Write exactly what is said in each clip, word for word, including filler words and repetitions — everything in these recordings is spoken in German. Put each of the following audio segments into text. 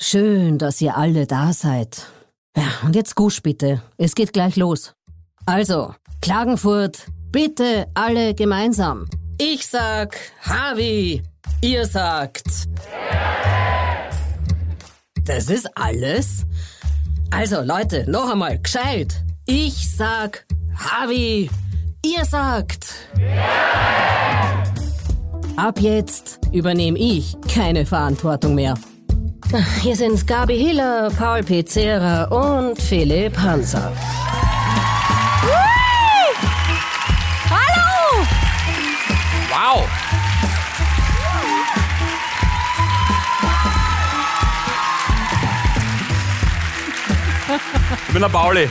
Schön, dass ihr alle da seid. Ja, und jetzt Gusch bitte. Es geht gleich los. Also, Klagenfurt, bitte alle gemeinsam. Ich sag Harvey, ihr sagt... Das ist alles? Also, Leute, noch einmal, gescheit. Ich sag Harvey, ihr sagt... Ab jetzt übernehme ich keine Verantwortung mehr. Hier sind Gabi Hiller, Paul Pizzera und Philipp Hanser. Hallo! Wow! Ich bin der Pauli.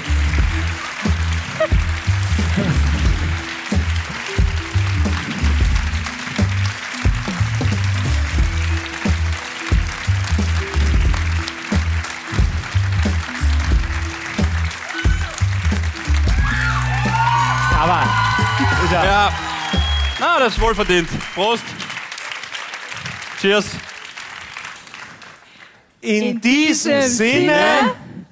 Aber, ist ja. Ja, na, das ist wohlverdient. Prost. Cheers. In, In diesem, diesem Sinne. Sinne.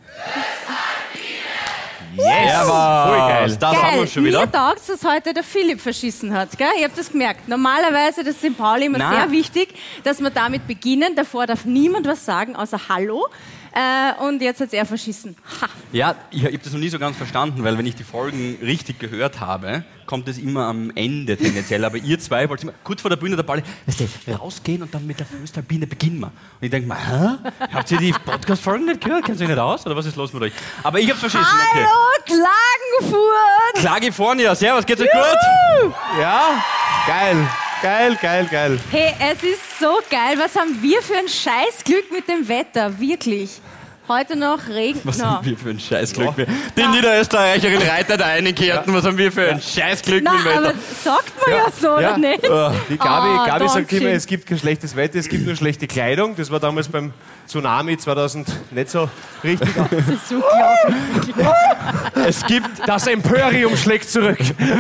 Yes! Voll geil. Das haben wir schon wieder. Mir taugt, dass heute der Philipp verschissen hat. Gell? Ich habe das gemerkt. Normalerweise, das ist dem Pauli immer Nein. sehr wichtig, dass wir damit beginnen. Davor darf niemand was sagen, außer Hallo. Äh, und jetzt hat er verschissen. Ha. Ja, ich habe das noch nie so ganz verstanden, weil wenn ich die Folgen richtig gehört habe, kommt es immer am Ende tendenziell. Aber ihr zwei wollt immer kurz vor der Bühne der Pauli, weißt du, rausgehen und dann mit der Föstalpine beginnen wir. Und ich denke mir, hä? Habt ihr die Podcast-Folgen nicht gehört? Kennt ihr nicht aus? Oder was ist los mit euch? Aber ich hab's verschissen. Okay. Hallo, Klagenfurt! Klagefornia, servus, geht's euch gut? Ja, geil. Geil, geil, geil. Hey, es ist so geil. Was haben wir für ein Scheißglück mit dem Wetter? Wirklich. Heute noch Regen. Was no. haben wir für ein Scheißglück? Ja. Die ja. Niederösterreicherin reitet ein in Kärnten. Was haben wir für ein Scheißglück Na, mit dem aber Wetter? sagt man ja, ja so, Ja. oder nicht? Die Gabi, Ah, Gabi sagt Dankeschön. immer, es gibt kein schlechtes Wetter, es gibt nur schlechte Kleidung. Das war damals beim Tsunami zweitausend nicht so richtig. Das ist so unglaublich. Es gibt, das Emporium schlägt zurück.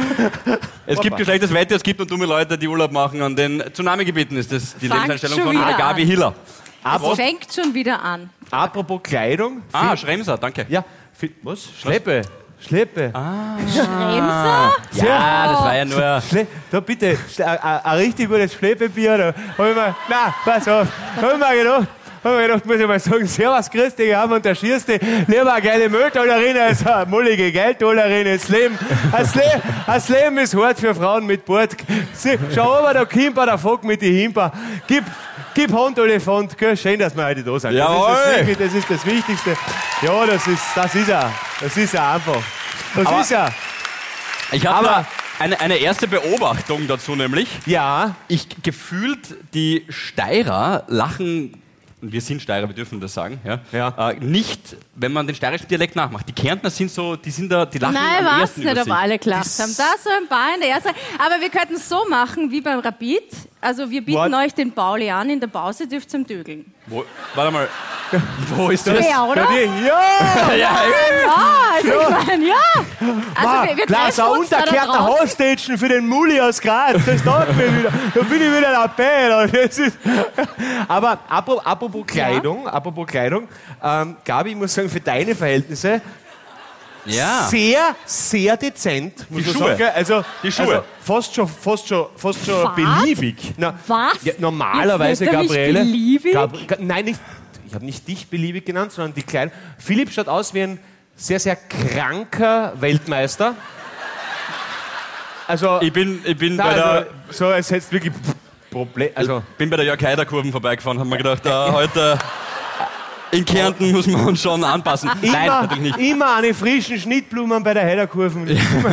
Es gibt kein schlechtes Wetter, es gibt nur dumme Leute, die Urlaub machen an den Tsunami-Gebieten. Ist das die Fangt Lebenseinstellung schon von wieder der Gabi an. Hiller? Es fängt schon wieder an. Apropos Kleidung. Ah, Schremser, danke. Ja, viel, was? Schleppe. Schleppe. Ah. Bremser? Ja, das war ja nur... Schle da bitte, ein richtig gutes Schleppebier. Da hab ich mir, na, pass auf, hab ich mir gedacht, hab ich mir gedacht, muss ich mal sagen, servus, grüß dich, haben und der schierst dich, lieber eine geile Mülltollerin als eine mullige Geldtollerin ins Leben. Das, Le das Leben ist hart für Frauen mit Bord. Sie, schau aber, da Kimper, der Fock mit die Himper. Gib, gib Hand, Elefant, gell? Schön, dass wir heute da sind. Jawohl. Das ist das, Wichtigste, das ist das Wichtigste. Ja, das ist, das ist er. Das ist er einfach. Das Aber- ist er. Ich habe Aber- da eine, eine erste Beobachtung dazu, nämlich, Ja. ich gefühlt, die Steirer lachen, und wir sind Steirer, wir dürfen das sagen, ja, Ja. Äh, nicht, wenn man den steirischen Dialekt nachmacht. Die Kärntner sind so, die sind da, die lachen Nein, ich am weiß ersten nicht, über ob sich. alle gelacht haben. Da so ein paar in der ersten. Aber wir könnten es so machen wie beim Rapid. Also wir bieten What? euch den Pauli an, in der Pause dürft ihr zum Dögeln. Wo, warte mal, wo ist das? Ja, oder? Ja, die, ja. Ja, Ja, also ich meine, ja. Also wir, wir Klaus, ein treffen uns da unterkehrter draußen. Hostage für den Muli aus Graz. Das taugt mir wieder. Da bin ich wieder dabei. Das ist aber apropos, apropos Kleidung, apropos Kleidung, ähm, Gabi, ich muss sagen, für deine Verhältnisse ja. sehr, sehr dezent. Muss Die man Schuhe. sagen, gell? Also, Die Schuhe. Also fast schon, fast schon, fast schon Was? beliebig. Na, Was? Ja, normalerweise, Jetzt nennt er mich Gabriele. beliebig? Gab- nein, nicht, ich habe nicht dich beliebig genannt, sondern die Kleidung. Philipp schaut aus wie ein sehr, sehr kranker Weltmeister. Also, Ich bin, ich bin nein, bei der... also so als hättest du wirklich Problem. Also, Ich bin bei der Jörg Haider Kurven vorbeigefahren, haben mir gedacht, äh, heute in Kärnten muss man uns schon anpassen. Nein, immer, natürlich nicht. immer eine frischen Schnittblumen bei der Heiderkurven.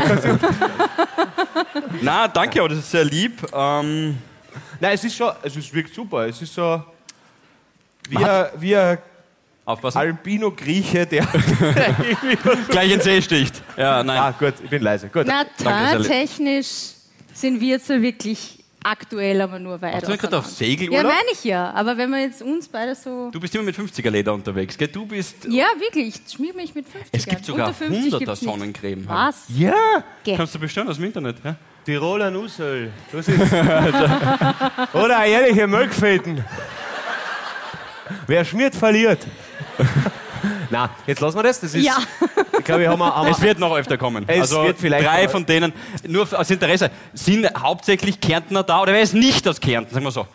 Na, danke, aber das ist sehr lieb. Ähm, Nein, es ist schon, also es wirkt super. Es ist so wie Man ein, hat- wie ein aufpassen. Albino-Grieche, der... Gleich ins See sticht. Ja, nein. ah, gut, ich bin leise. Gut. Na, Danke, sehr technisch sind wir zwar wirklich aktuell, aber nur weit Hast du nicht gerade auf auseinander. Ja, Segelurlaub? meine ich ja. Aber wenn wir jetzt uns beide so... Du bist immer mit fünfziger Leder unterwegs, gell? Du bist... Ja, wirklich. Ich schmier mich mit fünfzig. Es gibt sogar Unter fünfzig hunderter gibt's nicht. Sonnencreme. Was? Ja, Geh. Kannst du bestellen aus dem Internet, ja? Tiroler Nussöl. Das ist oder eine ehrliche Milchfäden. Wer schmiert, verliert. Na, jetzt lassen wir das. Das ist, Ja. ich glaube, haben wir, haben wir Es wird noch öfter kommen. Es also wird vielleicht drei noch- von denen, nur aus Interesse, sind hauptsächlich Kärntner da oder wer ist nicht aus Kärnten, sagen wir so?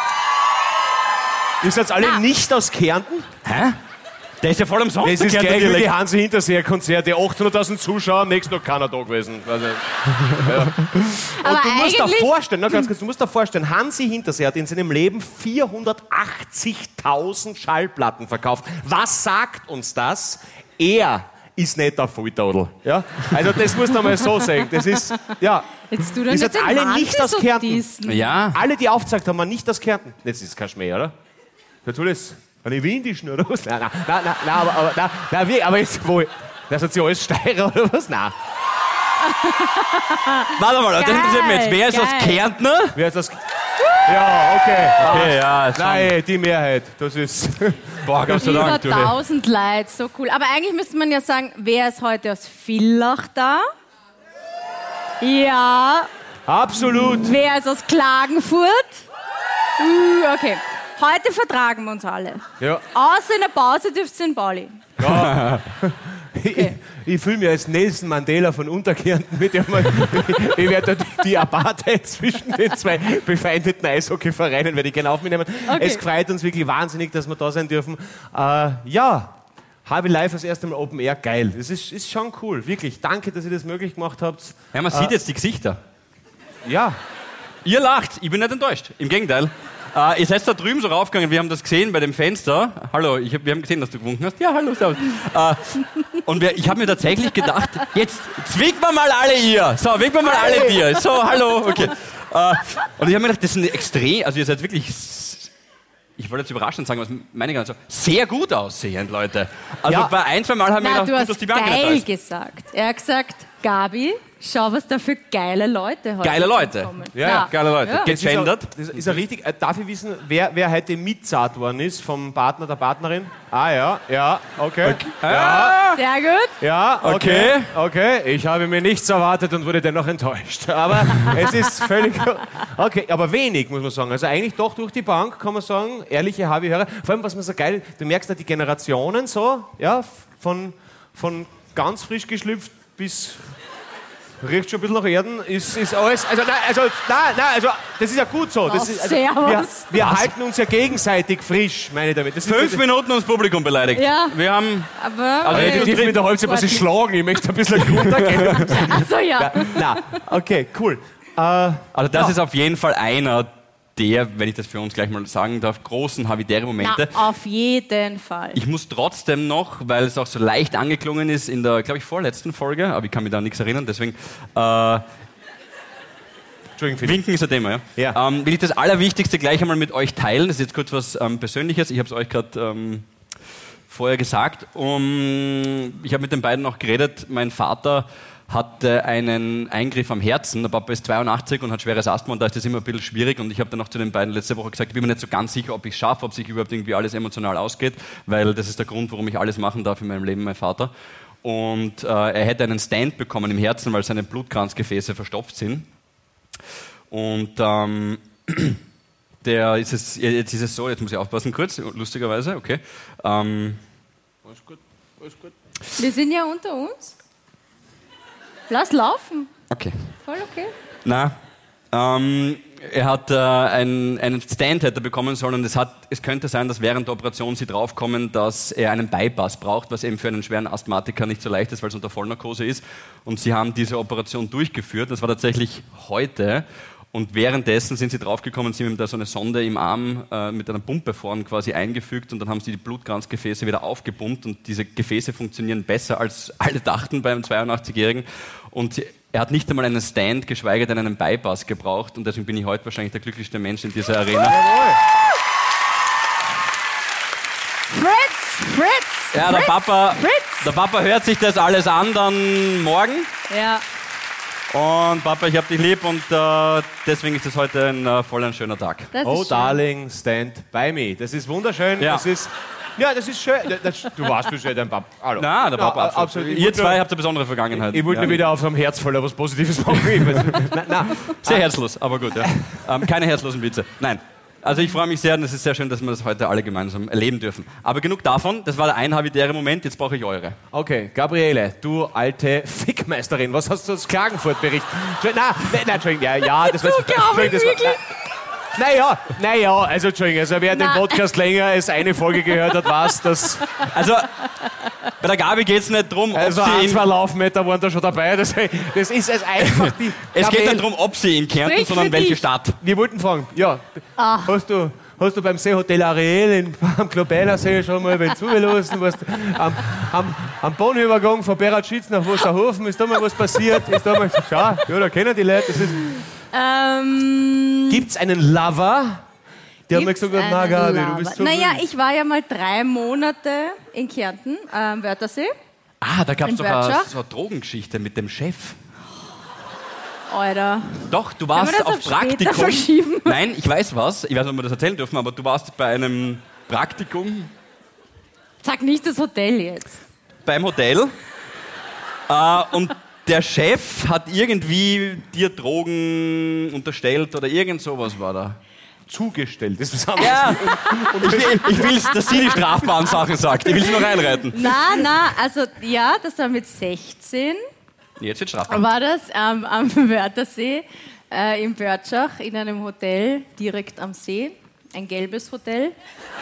Ihr seid alle Ah. nicht aus Kärnten? Hä? Der ist ja voll umsonst. Das der ist Kärntner gleich wie die Dialekt. Hansi Hinterseher-Konzerte. achthunderttausend Zuschauer, am nächsten Tag keiner da gewesen. Also, ja. Aber Und du musst dir eigentlich, vorstellen, na, ganz kurz, du musst dir vorstellen, Hansi Hinterseer hat in seinem Leben vierhundertachtzigtausend Schallplatten verkauft. Was sagt uns das? Er ist nicht der Volltadel. Ja? Also das musst du mal so sagen. Das ist, ja, jetzt du ihr dann seid nicht den alle Hansi nicht aus so Kärnten. dissen. Ja, Alle, die aufgezeigt haben, waren nicht aus Kärnten. Jetzt ist es kein Schmäh, oder? Dazu ist eine Windischen oder was? Nein, nein, nein, nein, nein aber, aber, nein, nein, wie, aber jetzt wo? Das hat sie alles Steirer oder was? Nein. warte mal, das Geil, interessiert mich jetzt. Wer ist aus geil. Kärntner? Wer ist das? Ja, okay. Okay, ja, schon. Nein, die Mehrheit. Das ist. Boah, Gott sei Über Dank. du. tausend Leute, so cool. Aber eigentlich müsste man ja sagen, wer ist heute aus Villach da? Ja. Absolut. Wer ist aus Klagenfurt? Uh, okay. Heute vertragen wir uns alle. Ja. Außer in der Pause dürft ihr in Pauli. Ich, ich fühle mich als Nelson Mandela von Unterkärnten, mit dem man, ich werde die, die Apartheid zwischen den zwei befeindeten Eishockeyvereinen werde ich gerne auf mich nehmen. Okay. Es freut uns wirklich wahnsinnig, dass wir da sein dürfen. Äh, ja, Harvey Live das erste Mal Open Air, geil. Das ist, ist schon cool, wirklich. Danke, dass ihr das möglich gemacht habt. Ja, man sieht jetzt die Gesichter. Ja, Ihr lacht, ich bin nicht enttäuscht. Im Gegenteil. Äh, ihr seid da drüben so raufgegangen, wir haben das gesehen bei dem Fenster. Hallo, ich hab, wir haben gesehen, dass du gewunken hast. Ja, hallo, servus. Äh, und wir, ich habe mir tatsächlich gedacht, jetzt zwingt wir mal alle ihr. So, winken wir mal alle dir. So, hallo, okay. Äh, und ich habe mir gedacht, das sind extrem, also ihr seid wirklich, s- ich wollte jetzt überraschend sagen, was meine ich gar nicht so, sehr gut aussehend, Leute. Also Ja. bei ein, zwei Mal haben wir Na, gedacht, du gut, dass hast die Bianca nicht da geil ist. gesagt. Er hat gesagt, Gabi, schau, was da für geile Leute heute Geile Leute. kommen. Ja, ja, geile Leute. Ja. Geht- das ist ja, Gegendert. das ist ja richtig. Äh, Darf ich wissen, wer, wer heute mitzahlt worden ist vom Partner, der Partnerin? Ah ja, ja, okay. Ja, Sehr gut. ja, okay, okay. Ich habe mir nichts erwartet und wurde dennoch enttäuscht. Aber es ist völlig... Okay, aber wenig, muss man sagen. Also eigentlich doch durch die Bank, kann man sagen, ehrliche Harvey-Hörer. Vor allem, was man so geil... Du merkst ja die Generationen so, ja, von, von ganz frisch geschlüpft bis... Riecht schon ein bisschen nach Erden, ist, ist alles. Also, nein, also, nein, nein, also, das ist ja gut so. Das Oh, ist, also, wir servus. wir halten uns ja gegenseitig frisch, meine ich damit. Das ist Fünf ja, Minuten uns Publikum beleidigt. Ja. Wir haben... Aber. Also, ich die- die mit der Holz was ich schlagen, ich möchte ein bisschen runtergehen. Achso, ja. ja, na, okay, cool. Äh, Also das Ja. ist auf jeden Fall einer der, wenn ich das für uns gleich mal sagen darf, großen Havidere-Momente. Na, auf jeden Fall. Ich muss trotzdem noch, weil es auch so leicht angeklungen ist in der, glaube ich, vorletzten Folge, aber ich kann mich da an nichts erinnern, deswegen äh, Entschuldigung, Philipp. winken ist ein Thema. Ja? Ja. Ähm, will ich das Allerwichtigste gleich einmal mit euch teilen. Das ist jetzt kurz was ähm, Persönliches. Ich habe es euch gerade ähm, vorher gesagt. Um, ich habe mit den beiden noch geredet. Mein Vater hatte einen Eingriff am Herzen. Der Papa ist zweiundachtzig und hat schweres Asthma und da ist das immer ein bisschen schwierig. Und ich habe dann noch zu den beiden letzte Woche gesagt, ich bin mir nicht so ganz sicher, ob ich es schaffe, ob sich überhaupt irgendwie alles emotional ausgeht, weil das ist der Grund, warum ich alles machen darf in meinem Leben, mein Vater. Und äh, er hätte einen Stand bekommen im Herzen, weil seine Blutkranzgefäße verstopft sind. Und ähm, der ist es, jetzt ist es so, jetzt muss ich aufpassen kurz, lustigerweise, okay. Ähm, Alles gut, alles gut. Wir sind ja unter uns. Lass laufen. okay. Voll okay. Na, ähm, er hat äh, einen, einen Stand hätte bekommen sollen und es, hat, es könnte sein, dass während der Operation sie draufkommen, dass er einen Bypass braucht, was eben für einen schweren Asthmatiker nicht so leicht ist, weil es unter Vollnarkose ist. Und sie haben diese Operation durchgeführt. Das war tatsächlich heute. Und währenddessen sind sie draufgekommen, sie haben ihm da so eine Sonde im Arm äh, mit einer Pumpe vorn quasi eingefügt und dann haben sie die Blutkranzgefäße wieder aufgepumpt und diese Gefäße funktionieren besser, als alle dachten beim zweiundachtzig-Jährigen. Und sie, er hat nicht einmal einen Stand, geschweige denn einen Bypass gebraucht und deswegen bin ich heute wahrscheinlich der glücklichste Mensch in dieser Arena. Jawohl. Fritz! Fritz! Ja, der Fritz, Papa, Fritz! der Papa hört sich das alles an dann morgen. Ja. Und Papa, ich hab dich lieb und äh, deswegen ist es heute ein äh, voll ein schöner Tag. Das Oh, ist schön. darling, stand by me. Das ist wunderschön. Ja. Das ist, ja, das ist schön. Das, du warst bisher dein Papa. Hallo. Na, der Papa, Ja, absolut. absolut. Ich Ihr wollte zwei nur- habt eine besondere Vergangenheit. Ich wollte Ja. nur wieder auf so einem Herz voller was Positives machen. Ich weiß- na, na. Sehr herzlos, aber gut. Ja. Ähm, keine herzlosen Witze. Nein. Also ich freue mich sehr und es ist sehr schön, dass wir das heute alle gemeinsam erleben dürfen. Aber genug davon, das war der ein habitäre Moment, jetzt brauche ich eure. Okay, Gabriele, du alte Fickmeisterin, was hast du aus Klagenfurt berichtet? Nein, nein, nein, Entschuldigung, ja, ja, das war... Unglaublich, wirklich? Naja, naja, also Entschuldigung, also wer Na. den Podcast länger als eine Folge gehört hat, weiß, dass... Also bei der Gabi geht es nicht darum, ob Also sie ein, in, zwei Laufmeter waren da schon dabei, das, das ist als einfach die... es geht Gabriele, nicht darum, ob sie in Kärnten, Sprich sondern für welche dich. Stadt. Wir wollten fragen, ja, hast du... Hast du beim Seehotel Ariel in, am Globenersee schon mal wen zugelassen? Was, am, am, am Bahnübergang von Beratschitz nach Wasserhofen, ist da mal was passiert? Ist da mal, schau, ja, da kennen die Leute. Das ist, Ähm, gibt's einen Lover? Die haben mir gibt's gesagt, na einen Gabi, du Lava? bist so Naja, wild. ich war ja mal drei Monate in Kärnten, am Wörthersee. Ah, da gab es In doch eine, Börtschach? so eine Drogengeschichte mit dem Chef. Alter. Doch, du Können warst wir das auf auf später Praktikum. verschieben? Nein, ich weiß was. Ich weiß nicht, ob wir das erzählen dürfen, aber du warst bei einem Praktikum Sag nicht das Hotel jetzt. beim Hotel. Äh, und der Chef hat irgendwie dir Drogen unterstellt oder irgend sowas war da. Zugestellt. Das ist was anderes. Ja, ich will, ich will, dass sie die strafbaren Sachen sagt. Ich will sie nur reinreiten. Na, na, also ja, das war mit sechzehn. Jetzt wird strafbar. War das ähm, am Wörthersee äh, in Börtschach in einem Hotel direkt am See. Ein gelbes Hotel.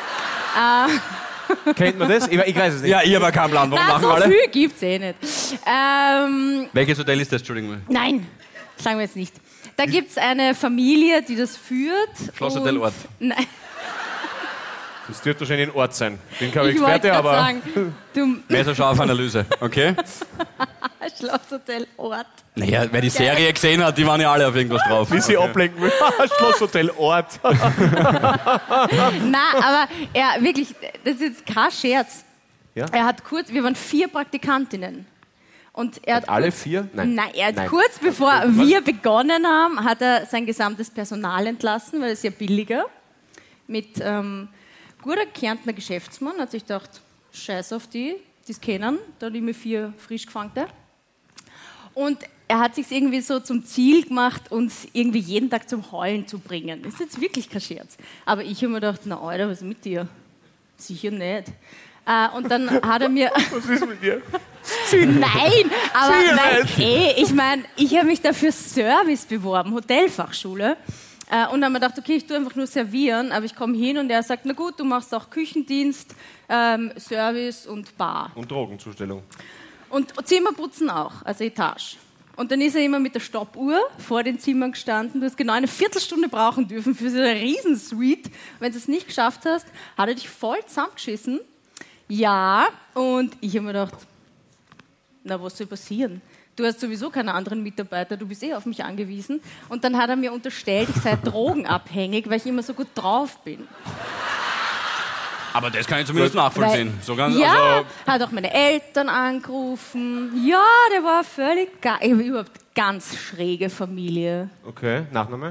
Kennt man das? Ich, ich weiß es nicht. Ja, ich habe keinen Plan. Warum Na, lachen so alle? viel gibt's eh nicht. Ähm, Welches Hotel ist das? Entschuldigung. nein, sagen wir jetzt nicht. Da gibt's eine Familie, die das führt. Schlosshotel und- Ort. Nein, Das dürfte wahrscheinlich ein Ort sein. Bin kein ich wollte Experte, gerade aber... sagen, du Messerscharf-Analyse, okay? Schlosshotel Ort. Naja, wer die Serie gesehen hat, die waren ja alle auf irgendwas drauf. Wie sie ablenken will. Schlosshotel Ort. Na, aber er wirklich, das ist jetzt kein Scherz. Ja? Er hat kurz, wir waren vier Praktikantinnen. Und er hat Alle kurz, vier? Nein. Nein, er hat Nein. kurz bevor wir begonnen haben, hat er sein gesamtes Personal entlassen, weil es ja billiger. Mit ähm, guter Kärntner Geschäftsmann hat sich gedacht, scheiß auf die, die es kennen, da die mir vier frisch gefangte. Und er hat sich irgendwie so zum Ziel gemacht, uns irgendwie jeden Tag zum Heulen zu bringen. Das ist jetzt wirklich kein Scherz. Aber ich habe mir gedacht, na Alter, was ist mit dir? Sicher nicht. Äh, und dann hat er mir... Was ist mit dir? Nein, aber Sicher weißt eh, ich meine, ich habe mich dafür Service beworben, Hotelfachschule. Äh, und dann habe ich mir gedacht, okay, ich tue einfach nur servieren, aber ich komme hin und er sagt, na gut, du machst auch Küchendienst, ähm, Service und Bar. Und Drogenzustellung. Und Zimmerputzen auch, also Etage. Und dann ist er immer mit der Stoppuhr vor den Zimmern gestanden. Du hast genau eine Viertelstunde brauchen dürfen für so eine Riesensuite. Wenn du es nicht geschafft hast, hat er dich voll zusammengeschissen. Ja, und ich habe mir gedacht, na, was soll passieren? Du hast sowieso keine anderen Mitarbeiter, du bist eh auf mich angewiesen. Und dann hat er mir unterstellt, ich sei drogenabhängig, weil ich immer so gut drauf bin. Aber das kann ich zumindest nachvollziehen. Weil- So ganz, ja, also, hat auch meine Eltern angerufen. Ja, der war völlig geil. Ich habe überhaupt ganz schräge Familie. Okay, Nachname?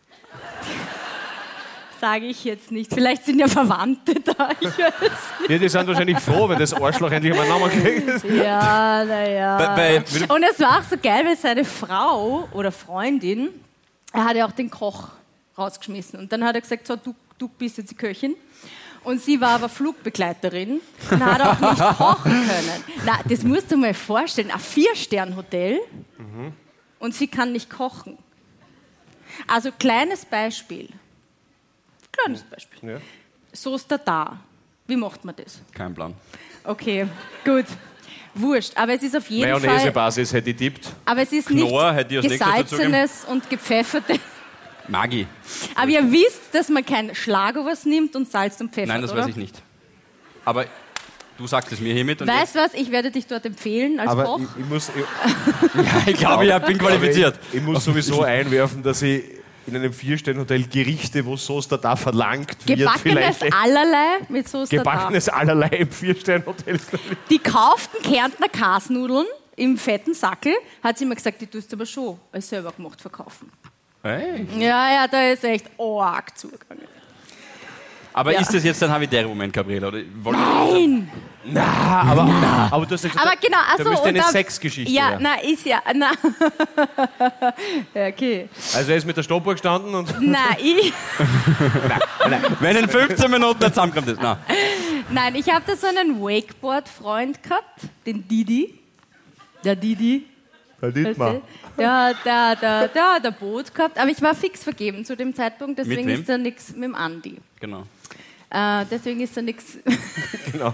Sage ich jetzt nicht. Vielleicht sind ja Verwandte da. Ich weiß Ja, die sind wahrscheinlich froh, wenn das Arschloch endlich mal einen Namen kriegt. nicht. Ja, naja. Bei- bei- Und es war auch so geil, weil seine Frau oder Freundin, er hat ja auch den Koch rausgeschmissen. Und dann hat er gesagt, so, du, du bist jetzt die Köchin. Und sie war aber Flugbegleiterin und hat auch nicht kochen können. Na, das musst du mal vorstellen. Ein Vier-Stern-Hotel und sie kann nicht kochen. Also kleines Beispiel. Kleines Beispiel. Ja. Soße Tartar. Wie macht man das? kein Plan. Okay, gut. Wurscht. Aber es ist auf jeden Fall... Mayonnaise-Basis hätte ich tippt. Aber es ist Knorr, nicht hätte ich als nächstes dazugegeben. gesalzenes und gepfefferte... Magi. Aber ihr wisst, dass man kein Schlagobers nimmt und Salz und Pfeffer, Nein, das oder? weiß ich nicht. Aber du sagst es mir hiermit. Und Weißt du was? Ich werde dich dort empfehlen als Aber Koch. ich, ich muss, ich, jetzt, ich glaube, ich bin qualifiziert. Ich, ich muss sowieso einwerfen, dass ich in einem Vier-Sterne-Hotel Gerichte, wo Soße Tartar verlangt wird, Gebackenes vielleicht... allerlei mit Soße Tartar. Gebackenes allerlei im Vier-Sterne-Hotel. Die kauften Kärntner Kasnudeln im fetten Sackel, hat sie mir gesagt, die tust du aber schon als selber gemacht verkaufen. Hey. Ja, ja, da ist echt arg zugegangen. Aber Ja. ist das jetzt ein habitärer Moment, Gabriela? Oder wollt ihr- Nein! Na, aber, na. aber du hast ja gesagt, Aber genau, du achso, bist eine und da- Sexgeschichte. Ja, Ja. na, ist ja, na. Ja, okay. Also er ist mit der Stoppuhr gestanden und... Na, ich, Wenn in fünfzehn Minuten nicht zusammenkommt, ist. Nein. nein, ich habe da so einen Wakeboard-Freund gehabt, den Didi. Der Didi. Der Weißt Dietmar. du? Der, der, der, der hat ein Boot gehabt, aber ich war fix vergeben zu dem Zeitpunkt, deswegen wem? ist da nichts mit dem Andi. Genau. Äh, deswegen ist da nichts. Genau.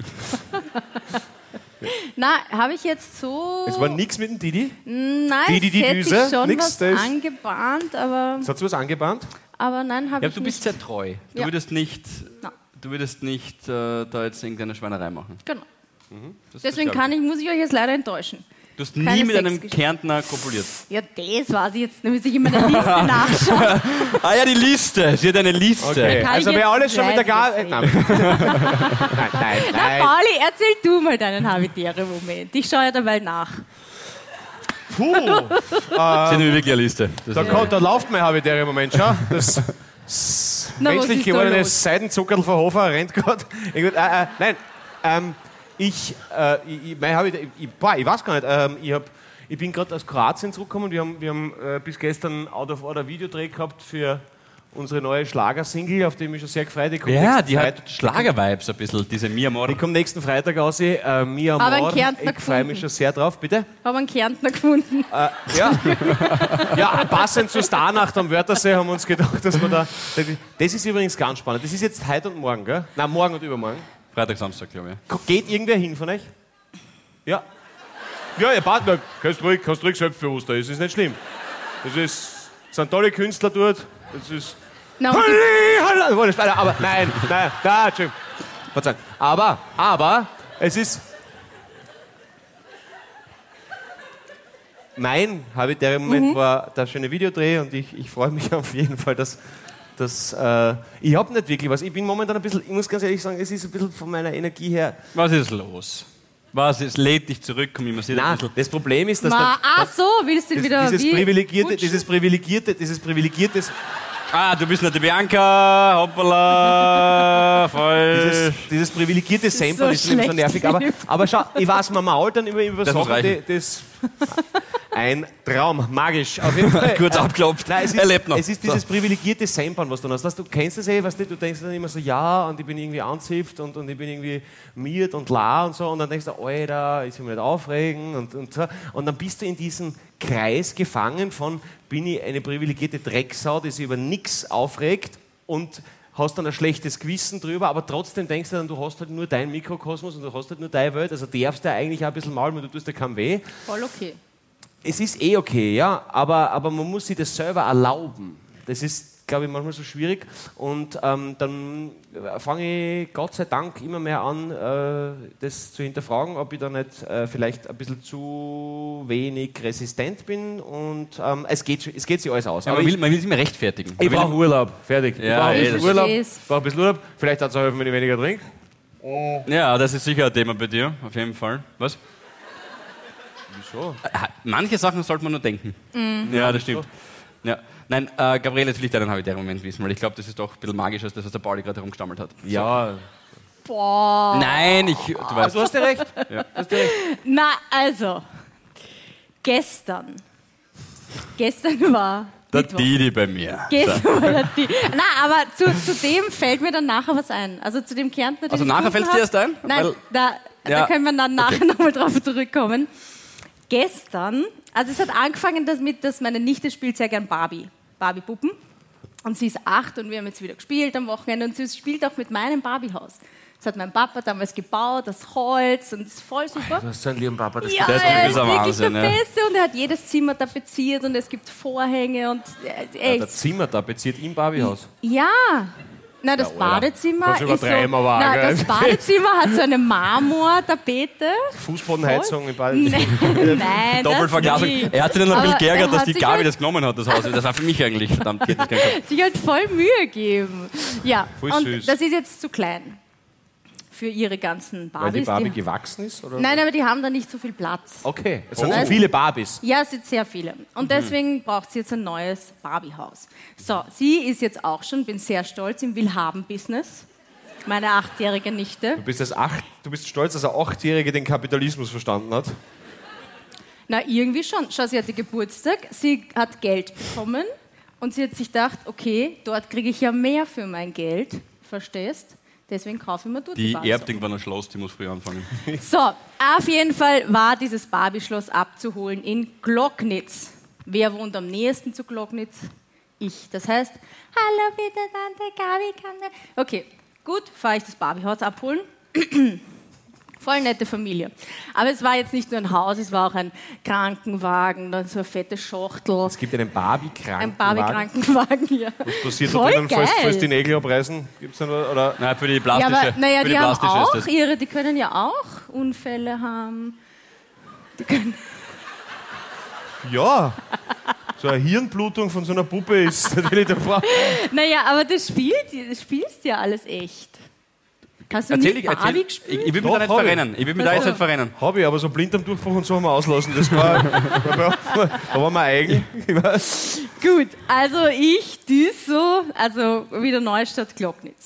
Na, habe ich jetzt so. Es war nichts mit dem Didi. Nein, Didi, die es hätte Düse, sich schon nix, was das- angebahnt, aber, Es hat so was angebahnt. aber nein, habe Ja, ich du bist nicht. sehr treu. Du Ja. würdest nicht, Na. du würdest nicht äh, da jetzt irgendeine Schweinerei machen. Genau. Das, Deswegen das glaub kann ich, muss ich euch jetzt leider enttäuschen. Du hast keine nie mit einem Sexgeschichte. Kärntner kopuliert. Ja, das weiß ich jetzt, da muss ich in meiner Liste nachschauen. Ah ja, die Liste. Sie hat eine Liste. Okay. kann Also ich wer jetzt alles schon mit der Gar... gleich Nein. nein, nein, Na, nein. Pauli, erzähl du mal deinen Habitäre-Moment. Ich schaue ja dabei nach. Puh, Sie hat nämlich wirklich eine Liste. Das da, ist- kommt, da läuft mein Habitäre im Moment, schau. Das s- Na, was menschlich ist da gewordene los? Seidenzuckerl von Hofer rennt gerade. Ich würd- Äh, äh, nein, ähm, ich, äh, ich, ich, mein Habitäre, ich, boah, ich weiß gar nicht, ähm, ich hab, Ich bin gerade aus Kroatien zurückgekommen. Wir haben, wir haben äh, bis gestern Out of Order Videodreh gehabt für unsere neue Schlagersingle, auf die ich mich schon sehr gefreut. Die kommt Ja, nächsten die Freit- hat Schlager-Vibes ein bisschen, diese Mi Amor. Die kommt nächsten Freitag raus. Äh, Mi Aber Amor. einen Kärntner Ich freue mich gefunden. schon sehr drauf. Bitte? Habe einen Kärntner gefunden. Äh, ja. ja, passend zur Starnacht am Wörthersee haben wir uns gedacht, dass wir da... Das ist übrigens ganz spannend. Das ist jetzt heute und morgen, gell? Nein, morgen und übermorgen. Freitag, Samstag, glaube ich. Geht irgendwer hin von euch? Ja. Ja, ihr Partner, kannst ruhig, kannst ruhig selbst für uns da, es ist nicht schlimm. Das ist, es sind tolle Künstler dort, das ist... Na, und Halli, halli, Wolle, Speiner, aber nein, nein, nein, Entschuldigung. Verzeihung. Aber, aber, es ist... Mein habitärer Moment war der schöne Videodreh und ich, ich freue mich auf jeden Fall, dass... dass äh, ich habe nicht wirklich was. Ich bin momentan ein bisschen, ich muss ganz ehrlich sagen, es ist ein bisschen von meiner Energie her... Was ist los? Was ist, lädt dich zurück, komm immer ein Nein, bisschen. das Problem ist, dass... Ma, der- ach so, willst du Das, wieder dieses wie? privilegierte, Gut. dieses privilegierte, dieses privilegierte, Ah, du bist nicht die Bianca, hoppala, voll. dieses, dieses privilegierte Sample so ist nämlich so schlecht. nervig. Aber, aber schau, ich weiß, man mault dann über, über Das muss Sachen, die, reichen. das ein Traum, magisch. Auf jeden Fall. Kurz abklopft. Nein, es ist, Er lebt noch. Es ist dieses privilegierte Samplen, was du hast. Du kennst das eh, weißt du, du denkst dann immer so, ja, und ich bin irgendwie anzipft und, und ich bin irgendwie miert und la und so. Und dann denkst du, Alter, ich will mich nicht aufregen und, und so. Und dann bist du in diesem Kreis gefangen von, bin ich eine privilegierte Drecksau, die sich über nichts aufregt und hast dann ein schlechtes Gewissen drüber, aber trotzdem denkst du dann, du hast halt nur deinen Mikrokosmos und du hast halt nur deine Welt, also darfst du eigentlich auch ein bisschen malen, weil du tust dir keinen weh. Voll okay. Es ist eh okay, ja, aber, aber man muss sich das selber erlauben. Das ist, glaube ich, manchmal so schwierig. Und ähm, dann fange ich Gott sei Dank immer mehr an, äh, das zu hinterfragen, ob ich da nicht äh, vielleicht ein bisschen zu wenig resistent bin. Und ähm, es, geht, es geht sich alles aus. Ja, aber man, ich, will, man will sich immer rechtfertigen. ich Man will- brauche Urlaub. Fertig. Ja, ich brauche ein eh, bisschen das Urlaub. versteh's. Ich brauche ein bisschen Urlaub. Vielleicht hat es auch helfen, wenn ich weniger trinke. Ja, das ist sicher ein Thema bei dir, auf jeden Fall. Was? Wieso? Ah, Manche Sachen sollte man nur denken. Ja, das stimmt. Ja. Nein, äh, Gabriele, jetzt will ich deinen habitären Moment wissen, weil ich glaube, das ist doch ein bisschen magisch, als das, was der Pauli gerade herumgestammelt hat. Ja. Boah. Nein, ich, du weißt. Also, du hast ja recht. Ja. Du hast ja recht. Na, also. Gestern. Gestern war. Der Mittwoch. Didi bei mir. Gestern war der Di- Na, aber zu, zu dem fällt mir dann nachher was ein. Also zu dem Kärntner, den Also ich nachher gefunden fällt's dir hab. erst ein? Nein, Weil- da, Ja. da können wir dann nachher nochmal drauf zurückkommen. Gestern, also es hat angefangen damit, dass meine Nichte spielt sehr gern Barbie. Barbie-Puppen. Und sie ist acht und wir haben jetzt wieder gespielt am Wochenende und sie spielt auch mit meinem Barbiehaus. Das hat mein Papa damals gebaut, das Holz und ist voll super. Du hast so einen lieben Papa. Das Ja, Der ist er ist dieser wirklich Wahnsinn, der ja. Beste und er hat jedes Zimmer tapeziert und es gibt Vorhänge und äh, Ja, echt. der Zimmer tapeziert im Barbiehaus. Ja. Na, das Ja, oder? Badezimmer Kannst du ist so, übertreiben, aber auch, na, gell? das Badezimmer hat so eine Marmortapete. Fußbodenheizung im Ball. Nein, Doppelverglasung. das nicht. Er hat sich dann ein bisschen Aber geärgert, er dass hat die sich Gabi halt- das genommen hat, das Haus. Das war für mich eigentlich verdammt. geht das gar nicht. sich halt voll Mühe geben. Ja, Voll und süß. das ist jetzt zu klein für ihre ganzen Weil die Barbies. Barbie die, gewachsen ist? Oder? nein, aber die haben da nicht so viel Platz. Okay, es sind Oh. so viele Barbies. Ja, es sind sehr viele. Und deswegen braucht sie jetzt ein neues Barbiehaus. So, sie ist jetzt auch schon, bin sehr stolz, im Willhaben-Business. meine achtjährige Nichte. Du bist, als acht, du bist stolz, dass eine Achtjährige den Kapitalismus verstanden hat? Na, irgendwie schon. Schau, sie hatte Geburtstag, sie hat Geld bekommen und sie hat sich gedacht, okay, dort kriege ich ja mehr für mein Geld, verstehst? Deswegen kaufe ich mir dort Die Barbie. erbt irgendwann ein Schloss, die muss früh anfangen. So, auf jeden Fall war dieses Barbie-Schloss abzuholen in Glocknitz. Wer wohnt am nächsten zu Glocknitz? Ich. Das heißt, hallo bitte Tante Gabi, kann der... Okay, gut, fahre ich das Barbiehaus abholen. Voll nette Familie. Aber es war jetzt nicht nur ein Haus, es war auch ein Krankenwagen, dann so eine fette Schachtel. Es gibt einen Barbie-Krankenwagen. Ein Barbie-Krankenwagen, ja. Was passiert Voll da drinnen, falls, geil. falls die Nägel abreißen? Gibt's da noch, oder? Nein, für die Ja, plastische. aber naja, für die, haben plastische auch ist das. ihre, die können ja auch Unfälle haben. Die können Ja. So eine Hirnblutung von so einer Puppe ist natürlich der Frau. Naja, aber das spielt, das spielst ja alles echt. Hast du Erzähl nie ich, Barbie erzähl, ich, gespielt? ich will mich Doch, da nicht hab ich. verrennen. Ich will mich da jetzt Also- nicht verrennen. Hab ich, aber so Blinddarmdurchbruch und so haben wir auslassen. Das war, da waren wir eigen. Ich weiß. Gut, also ich düse so, also wieder Neustadt, Glocknitz.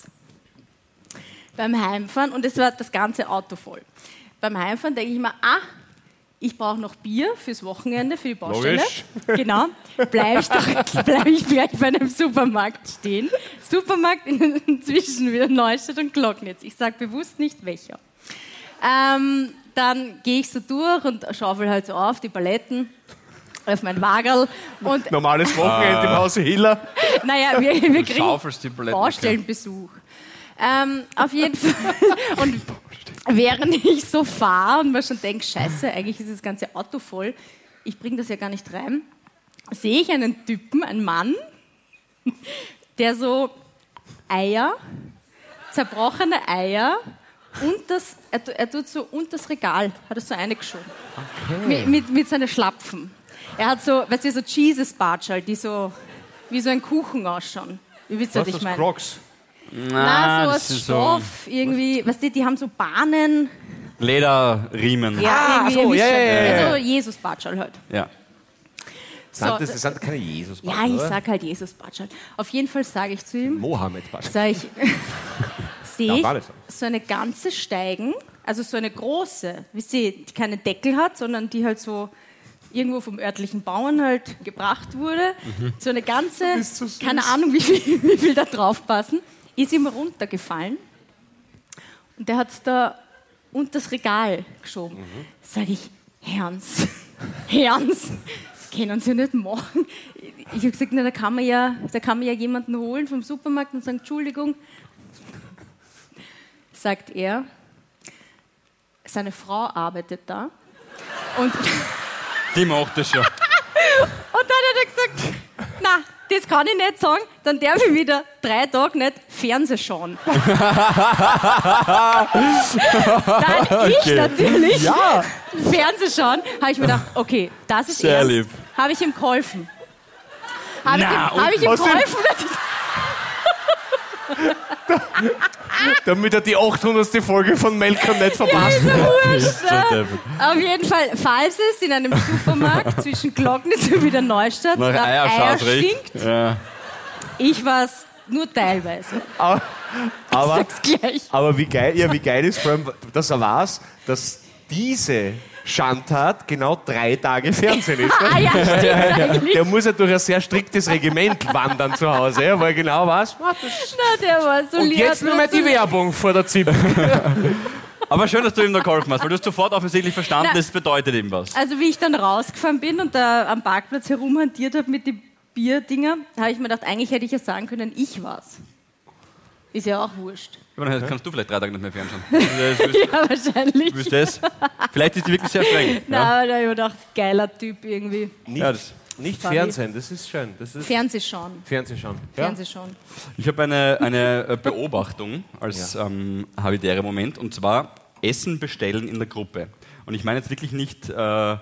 Beim Heimfahren, und es war das ganze Auto voll. Beim Heimfahren denke ich mir, ah, ich brauche noch Bier fürs Wochenende, für die Baustelle. Logisch. Genau. Bleibe ich, doch- bleib ich gleich bei einem Supermarkt stehen. Supermarkt in, zwischen wieder Neustadt und Glocknitz. Ich sage bewusst nicht welcher. Ähm, dann gehe ich so durch und schaufel halt so auf die Paletten auf mein Wagerl. Und Normales Wochenende im Hause Hiller. naja, wir, wir kriegen schaufelst die Paletten, Baustellenbesuch. Ähm, auf jeden Fall. Und während ich so fahre und mir schon denke, scheiße, eigentlich ist das ganze Auto voll, ich bringe das ja gar nicht rein, sehe ich einen Typen, einen Mann, der so Eier, zerbrochene Eier, und das, er, tu- er tut so unter das Regal, hat er so eingeschoben. Okay. Mit, mit, mit seinen Schlapfen. Er hat so, weißt du, so Jesus-Bartschal, die so wie so ein Kuchen ausschauen. Wie willst du Was das ist ich das, meine? Crocs? Na, so das aus ist Stoff, irgendwie, weißt du, die haben so Bahnen. So Lederriemen. Ja, Ah, irgendwie so, ein ja, ja, ja, ja. Also Jesus-Bartschal halt. Ja. So, Sind das, das sind keine jesus ja, ich sag halt Jesus-Bartschal. Auf jeden Fall sage ich zu ihm, Mohammed. sag ich, sehe Ja, war das ich so eine ganze Steigen, also so eine große, wisst ihr, die keinen Deckel hat, sondern die halt so irgendwo vom örtlichen Bauern halt gebracht wurde. So eine ganze, bist so süß. keine Ahnung, wie viel, wie viel da drauf passen, ist ihm runtergefallen. Und der hat es da unter das Regal geschoben. Mhm. Sag ich, Herrns, Herrns, das können Sie nicht machen. Ich habe gesagt, na, da, kann man ja, da kann man ja jemanden holen vom Supermarkt und sagen, Entschuldigung. Sagt er, seine Frau arbeitet da. Und, und Die macht das schon. dann hat er gesagt, na, das kann ich nicht sagen, dann darf ich wieder drei Tage nicht Fernsehen schauen. Dann ich natürlich Ja. Fernsehen schauen, habe ich mir gedacht, okay, das ist Sehr ernst. lieb. Habe ich ihm geholfen. Habe ich, Na, ihm- hab ich ihm was denn? geholfen, dass ich Damit er die achthundertste Folge von Malcolm nicht verpasst. Auf jeden Fall, falls es in einem Supermarkt zwischen Glocknitz und wieder Neustadt Nach nach Eier Eier schaut riecht. stinkt, Ja. ich war es nur teilweise. Aber, Ich aber, sag's gleich. aber wie geil, ja, wie geil ist vor allem, dass er weiß, dass diese Schandtat genau drei Tage Fernsehen ist. Ah ja, stimmt eigentlich. Der muss ja durch ein sehr striktes Regiment wandern zu Hause, ja, weil er genau weiß, Na, der war so und lieb. jetzt nur mal die Werbung vor der Z I P. Aber schön, dass du ihm da geholfen hast, weil du hast sofort offensichtlich verstanden, Na. das bedeutet ihm was. Also wie ich dann rausgefahren bin und da am Parkplatz herumhantiert habe mit den Bierdinger, habe ich mir gedacht, eigentlich hätte ich ja sagen können, ich war's. Ist ja auch wurscht. Aber dann kannst du vielleicht drei Tage nicht mehr fernschauen. Das wüsst- Ja, wahrscheinlich. wüsst das? Vielleicht ist die wirklich sehr streng. Na, Ja. aber da habe ich mir gedacht, geiler Typ irgendwie. Nicht, Ja, das- nicht Sorry. Fernsehen, das ist schön. Das ist Fernsehschauen. Fernsehschauen. Ja? Fernsehschauen. Ich habe eine, eine äh, Beobachtung als ähm, habitärer Moment, und zwar Essen bestellen in der Gruppe. Und ich meine jetzt wirklich nicht äh,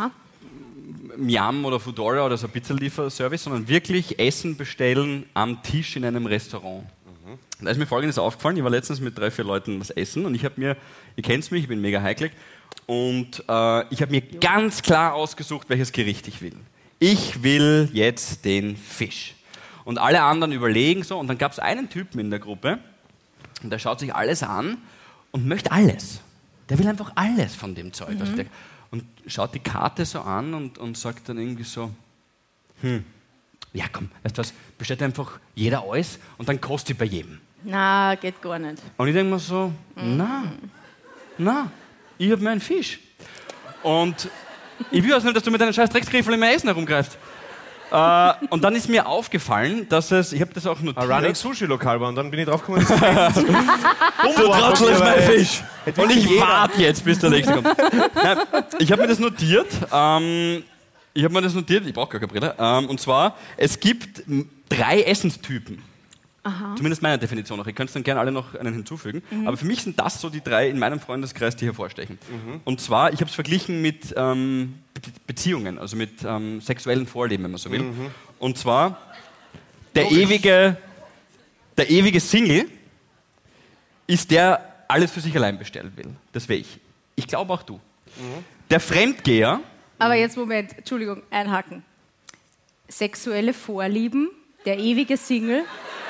Miam oder Foodora oder so ein Pizzalieferservice, sondern wirklich Essen bestellen am Tisch in einem Restaurant. Da ist mir Folgendes aufgefallen, ich war letztens mit drei, vier Leuten was essen und ich habe mir, ihr kennt mich, ich bin mega heiklig, und äh, ich habe mir ganz klar ausgesucht, welches Gericht ich will. Ich will jetzt den Fisch. Und alle anderen überlegen so, und dann gab es einen Typen in der Gruppe, Und der schaut sich alles an und möchte alles. Der will einfach alles von dem Zeug. Mhm. Also der, und schaut die Karte so an und, und sagt dann irgendwie so, hm, ja komm, weißt du was, bestellt einfach jeder alles und dann kostet bei jedem. Na, geht gar nicht. Und ich denke mir so, Mhm. na, na, ich habe meinen Fisch. Und ich will also nicht, dass du mit deinen scheiß Drecksgriffel in mein Essen herumgreifst. Äh, und dann ist mir aufgefallen, dass es, ich habe das auch notiert. Ein Running Sushi-Lokal war und dann bin ich drauf gekommen, dass es Du Trottel ist mein Fisch. Und ich warte jetzt, bis der nächste kommt. Nein, ich habe mir das notiert. Ähm, ich habe mir das notiert, ich brauche gar keine Brille. Ähm, und zwar, es gibt m, drei Essenstypen. Aha. Zumindest meiner Definition nach. Ihr könnt dann gerne alle noch einen hinzufügen. Mhm. Aber für mich sind das so die drei in meinem Freundeskreis, die hervorstechen. Mhm. Und zwar, ich habe es verglichen mit ähm, Be- Beziehungen, also mit ähm, sexuellen Vorlieben, wenn man so will. Mhm. Und zwar, der ewige, der ewige Single ist der, alles für sich allein bestellen will. Das wäre ich. Ich glaube auch du. Mhm. Der Fremdgeher, Aber jetzt, Moment, Entschuldigung, einhaken. Sexuelle Vorlieben, der ewige Single.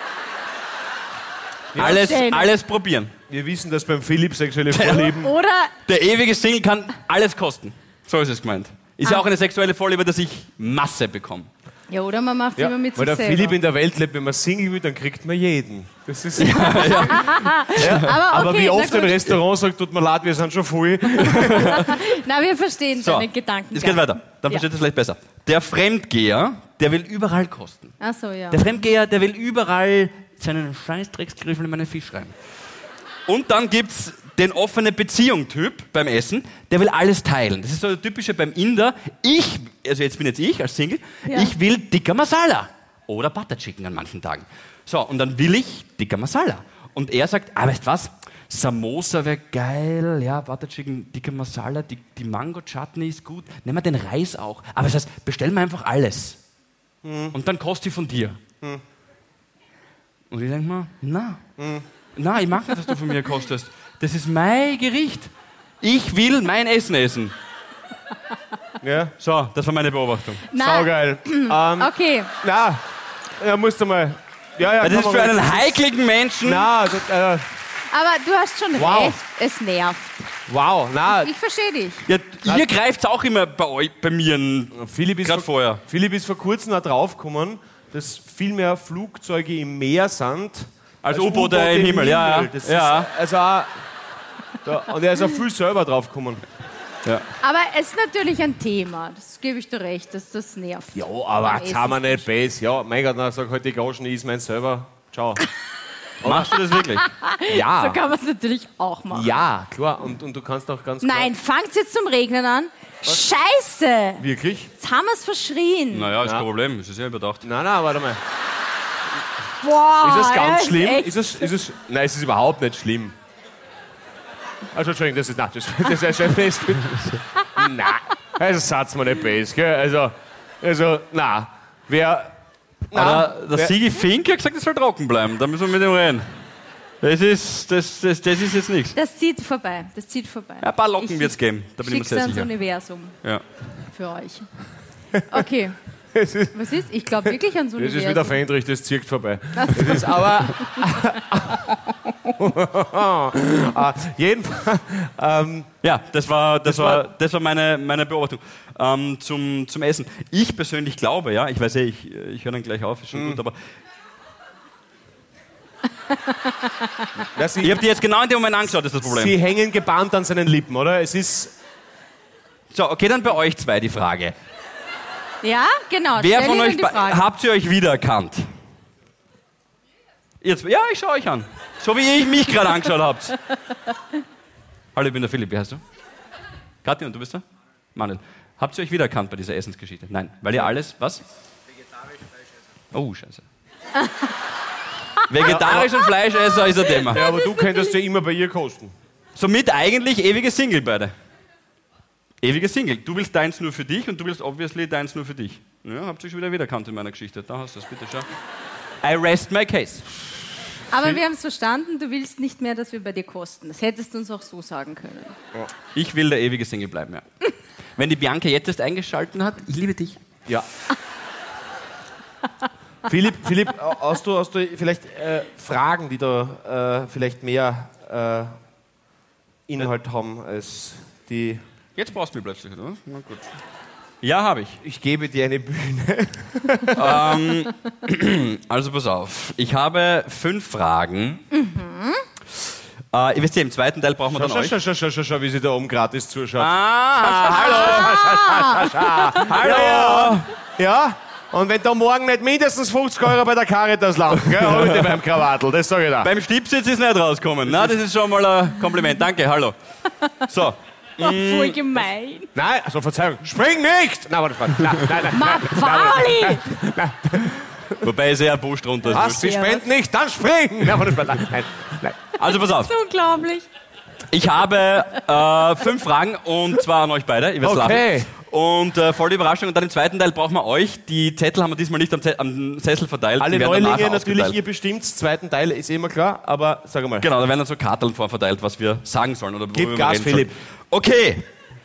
alles, Schön. alles probieren. Wir wissen, dass beim Philipp sexuelle Vorlieben... Oder, Der ewige Single kann alles kosten. So ist es gemeint. Ist ja auch eine sexuelle Vorliebe, dass ich Masse bekomme. ja, oder man macht es Ja, immer mit weil sich der Philipp selber. in der Welt lebt, wenn man Single will, dann kriegt man jeden. Das ist Aber, Aber okay, wie oft na ein gut. Restaurant sagt, tut mir leid, wir sind schon voll. Na, wir verstehen So, deine Gedanken. es geht weiter. Dann Ja. versteht es vielleicht besser. Der Fremdgeher, der will überall kosten. Ach so, ja. Der Fremdgeher, der will überall seinen scheiß Drecksgriffel in meinen Fisch rein. Und dann gibt es den offene Beziehung-Typ beim Essen, der will alles teilen. Das ist so der typische beim Inder. Ich, also jetzt bin jetzt ich als Single, Ja. ich will Tikka Masala oder Butter Chicken an manchen Tagen. So, und dann will ich Tikka Masala. Und er sagt, ah, weißt du was, Samosa wäre geil, ja, Butter Chicken, Tikka Masala, die, die Mango-Chutney ist gut, nehmen wir den Reis auch. Aber das heißt, bestellen wir einfach alles. Hm. Und dann koste ich von dir. Hm. Und ich denke mir, na, Hm. na, ich mag nicht, dass du von mir kostest. Das ist mein Gericht. Ich will mein Essen essen. Ja, So, das war meine Beobachtung. Na, saugeil. ähm, okay. na, da musst du mal... Ja, ja, Weil das ist kann für man- einen heikligen Menschen. Na, das, äh, Aber du hast schon Wow. recht, es nervt. wow, na, Ich verstehe dich. Ja, ihr greift auch immer bei, euch, bei mir Philipp ist, gerade vor, vorher. Philipp ist vor kurzem auch draufgekommen, dass viel mehr Flugzeuge im Meer sind Als U-Boote im Himmel, ja, ja. Das Ja. Ist, also auch, da, und er ist auch viel selber draufgekommen. Ja. Aber es ist natürlich ein Thema, das gebe ich dir recht, dass das nervt. Ja, aber Beim jetzt haben wir Essen. nicht Base. Ja, mein Gott, dann sag halt die Gauschen, ich ist mein selber. Ciao. Machst du das wirklich? Ja, So kann man es natürlich auch machen. ja, klar. Und, und du kannst auch ganz Nein, fangt jetzt zum Regnen an. Scheiße! klar... Wirklich? Jetzt haben wir es verschrien. Naja, ist Ja. kein Problem. Es ist ja überdacht. Nein, nein, warte mal. Boah, Ist es ganz das schlimm? echt- Ist es, ist es, nein, es ist überhaupt nicht schlimm. Also, Entschuldigung, das ist, nein, das, das ist ein Fest. Nein, also satz mal nicht Base, gell? Also, also, nein. Wer... Aber der wer- Sigi Fink hat gesagt, es soll trocken bleiben. Da müssen wir mit ihm reden. Das ist, das, das, das ist jetzt nichts. Das zieht vorbei. Das zieht vorbei. Ja, ein paar Locken wird es geben. Da bin ich mir Schick's sehr ans sicher. Universum Ja. für euch. Okay. Es ist, Was ist? Ich glaube wirklich ans das Universum. ist wieder Fendrich, das zirkt vorbei. Das ist aber... ah, jedenfalls... Ähm, Ja, das war, das Das war, war- das war meine, meine Beobachtung ähm, zum, zum Essen. Ich persönlich glaube, ja, ich weiß ja, ich, ich höre dann gleich auf, ist schon Mhm. gut, aber ja, sie, ich habe die jetzt genau in dem Moment angeschaut, das ist das Problem. sie hängen gebannt an seinen Lippen, oder? Es ist... So, okay, dann bei euch zwei die Frage. Ja, genau. Wer Stell von Ihnen euch die be- Frage. habt ihr euch wiedererkannt? Jetzt, ja, ich schaue euch an. So wie ich mich gerade angeschaut habt. Hallo, ich bin der Philipp, wie heißt du? Kathi, und du bist da? Manuel. Habt ihr euch wiedererkannt bei dieser Essensgeschichte? Nein, weil ihr alles, was? Vegetarisch, Fleischesser. Oh, scheiße. Vegetarisch und Fleischesser ist ein Thema. Ja, aber du könntest ja immer bei ihr kosten. Somit eigentlich ewige Single beide. Ewige Single. Du willst deins nur für dich und du willst obviously deins nur für dich. Ja, habt ihr schon wieder wiedererkannt in meiner Geschichte. Da hast du es, bitte schau. I rest my case. Aber wir haben es verstanden, du willst nicht mehr, dass wir bei dir kosten. Das hättest du uns auch so sagen können. Ich will der ewige Single bleiben, ja. Wenn die Bianca jetzt erst eingeschalten hat, ich liebe dich. Ja. Philipp, Philipp, hast du, hast du vielleicht äh, Fragen, die da äh, vielleicht mehr äh, Inhalt haben als die... Jetzt brauchst du mich plötzlich, oder? Na gut. Ja, habe ich. Ich gebe dir eine Bühne. ähm, also pass auf. Ich habe fünf Fragen. Mhm. Äh, ihr wisst ja, im zweiten Teil brauchen wir dann schau, euch. Schau, schau, schau, schau, schau, wie sie da oben gratis zuschaut. Ah, hallo. Hallo. Ja? Und wenn da morgen nicht mindestens fünfzig Euro bei der Caritas landen, gell, heute beim Krawattel, das sage ich da. Beim Stippsitz ist nicht rausgekommen. Na, das ist schon mal ein Kompliment. Danke, hallo. So. Oh, voll gemein. Nein, also Verzeihung, spring nicht! Nein, warte, warte. Nein, nein, nein. Ma, Pauli! Wobei ist eher ein Busch drunter. Was, sie spendet nicht, dann spring! Nein, warte, warte, nein, nein. Also pass auf. Das ist unglaublich. Ich habe äh, fünf Fragen und zwar an euch beide. Ihr werdet Okay. lachen. Und äh, volle Überraschung. Und dann im zweiten Teil brauchen wir euch. Die Zettel haben wir diesmal nicht am, Ze- am Sessel verteilt. Alle die werden Neulinge danach natürlich, ausgeteilt. ihr bestimmt, zweiten Teil ist immer klar, aber sag mal. Genau, da werden dann so Karteln vorverteilt, was wir sagen sollen. Oder Gib worüber wir Gas, reden Philipp. sollen. Okay.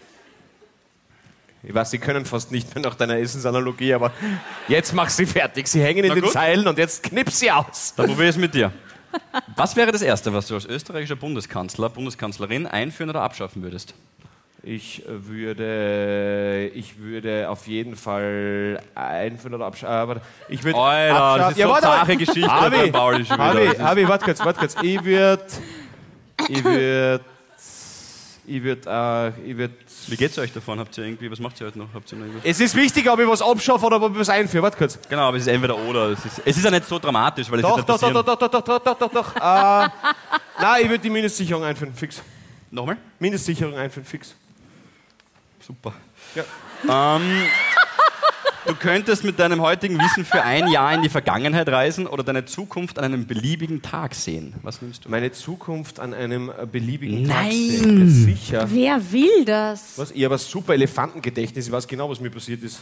Ich weiß, sie können fast nicht mehr nach deiner Essensanalogie, aber jetzt mach sie fertig. Sie hängen in Na den gut. Seilen und jetzt knips sie aus. Dann probiere ich es mit dir. Was wäre das Erste, was du als österreichischer Bundeskanzler, Bundeskanzlerin einführen oder abschaffen würdest? Ich würde, ich würde auf jeden Fall einführen oder abschaffen. Aber ich würde Alter, das ist so warte, zache Geschichte Harvey, beim Pauli schon wieder. Harvey, Das ist- Harvey, warte kurz, warte kurz. Ich würde, ich würde, ich würde, äh, ich würde. Wie geht's euch davon? Habt ihr irgendwie, was macht ihr heute noch? Habt ihr noch irgendwie? Es ist wichtig, ob ich was abschaffe oder ob ich was einführe. Warte kurz. Genau, aber es ist entweder oder. Es ist, es ist ja nicht so dramatisch, weil es Doch, wird doch, nicht doch, passieren. doch, doch, doch, doch, doch, doch, doch. Äh, nein, ich würde die Mindestsicherung einführen, fix. Nochmal? Mindestsicherung einführen, fix. Super. Ja. Ähm, du könntest mit deinem heutigen Wissen für ein Jahr in die Vergangenheit reisen oder deine Zukunft an einem beliebigen Tag sehen. Was nimmst du? Meine Zukunft an einem äh, beliebigen Nein. Tag sehen. Ja, sicher. Wer will das? Was? Ich habe ein super Elefantengedächtnis. Ich weiß genau, was mir passiert ist.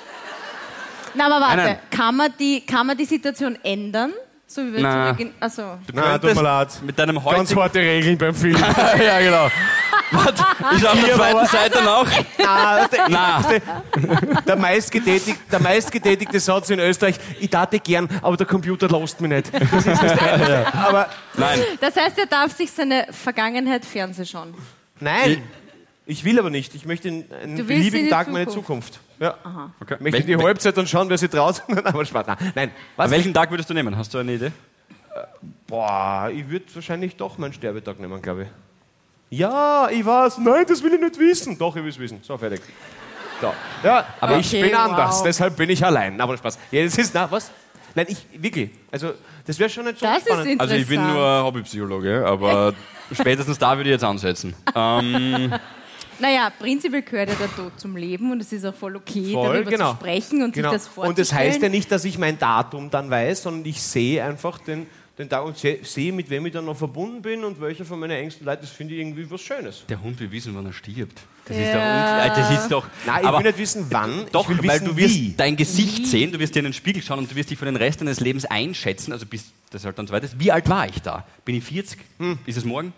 Na, aber warte. Nein, nein. Kann, man die, kann man die Situation ändern? So wie wir Na. zurück in... Achso. Du Nein, tut könntest mir leid. mit deinem Ganz heutigen... harte Regeln beim Film. ja, genau. Warte, ist auf der zweiten Seite noch? Ah, weißt du, Na. weißt du, der, meistgetätig, der meistgetätigte Satz in Österreich, ich tate gern, aber der Computer lässt mich nicht. Das ist, weißt du, aber Nein. Das heißt, er darf sich seine Vergangenheit fernsehschauen. nein, ich will aber nicht. Ich möchte in einen Du willst in beliebigen die Tag meine Zukunft. Zukunft. Ja. Okay. Ich möchte Wel- die Halbzeit und schauen, wer sie traut. aber Spaß. Nein, nein. Was? Welchen Tag würdest du nehmen? Hast du eine Idee? Boah, ich würde wahrscheinlich doch meinen Sterbetag nehmen, glaube ich. Ja, ich weiß. Nein, das will ich nicht wissen. Doch, ich will es wissen. So, fertig. So. Ja, aber ich Okay, bin anders. wow. Deshalb bin ich allein. Aber Spaß. Ja, das ist, na, was? Nein, ich, wirklich. Also, das wäre schon nicht so Das ist spannend. interessant. Also ich bin nur Hobbypsychologe, aber spätestens da würde ich jetzt ansetzen. Ähm, Naja, prinzipiell gehört ja der Tod zum Leben und es ist auch voll okay, Voll, darüber genau. zu sprechen und Genau. sich das vorzustellen. Und das heißt ja nicht, dass ich mein Datum dann weiß, sondern ich sehe einfach den, den Tag und sehe, sehe, mit wem ich dann noch verbunden bin und welcher von meinen engsten Leuten. Das finde ich irgendwie was Schönes. der Hund will wissen, wann er stirbt. Das Ja. ist doch... unklar. Das ist doch... Nein, ich aber will nicht wissen, wann. doch, ich will weil wissen, du wirst wie. dein Gesicht sehen, du wirst dir in den Spiegel schauen und du wirst dich für den Rest deines Lebens einschätzen, also bis das halt dann so weit ist. Wie alt war ich da? Bin ich vierzig? Hm. Ist es morgen?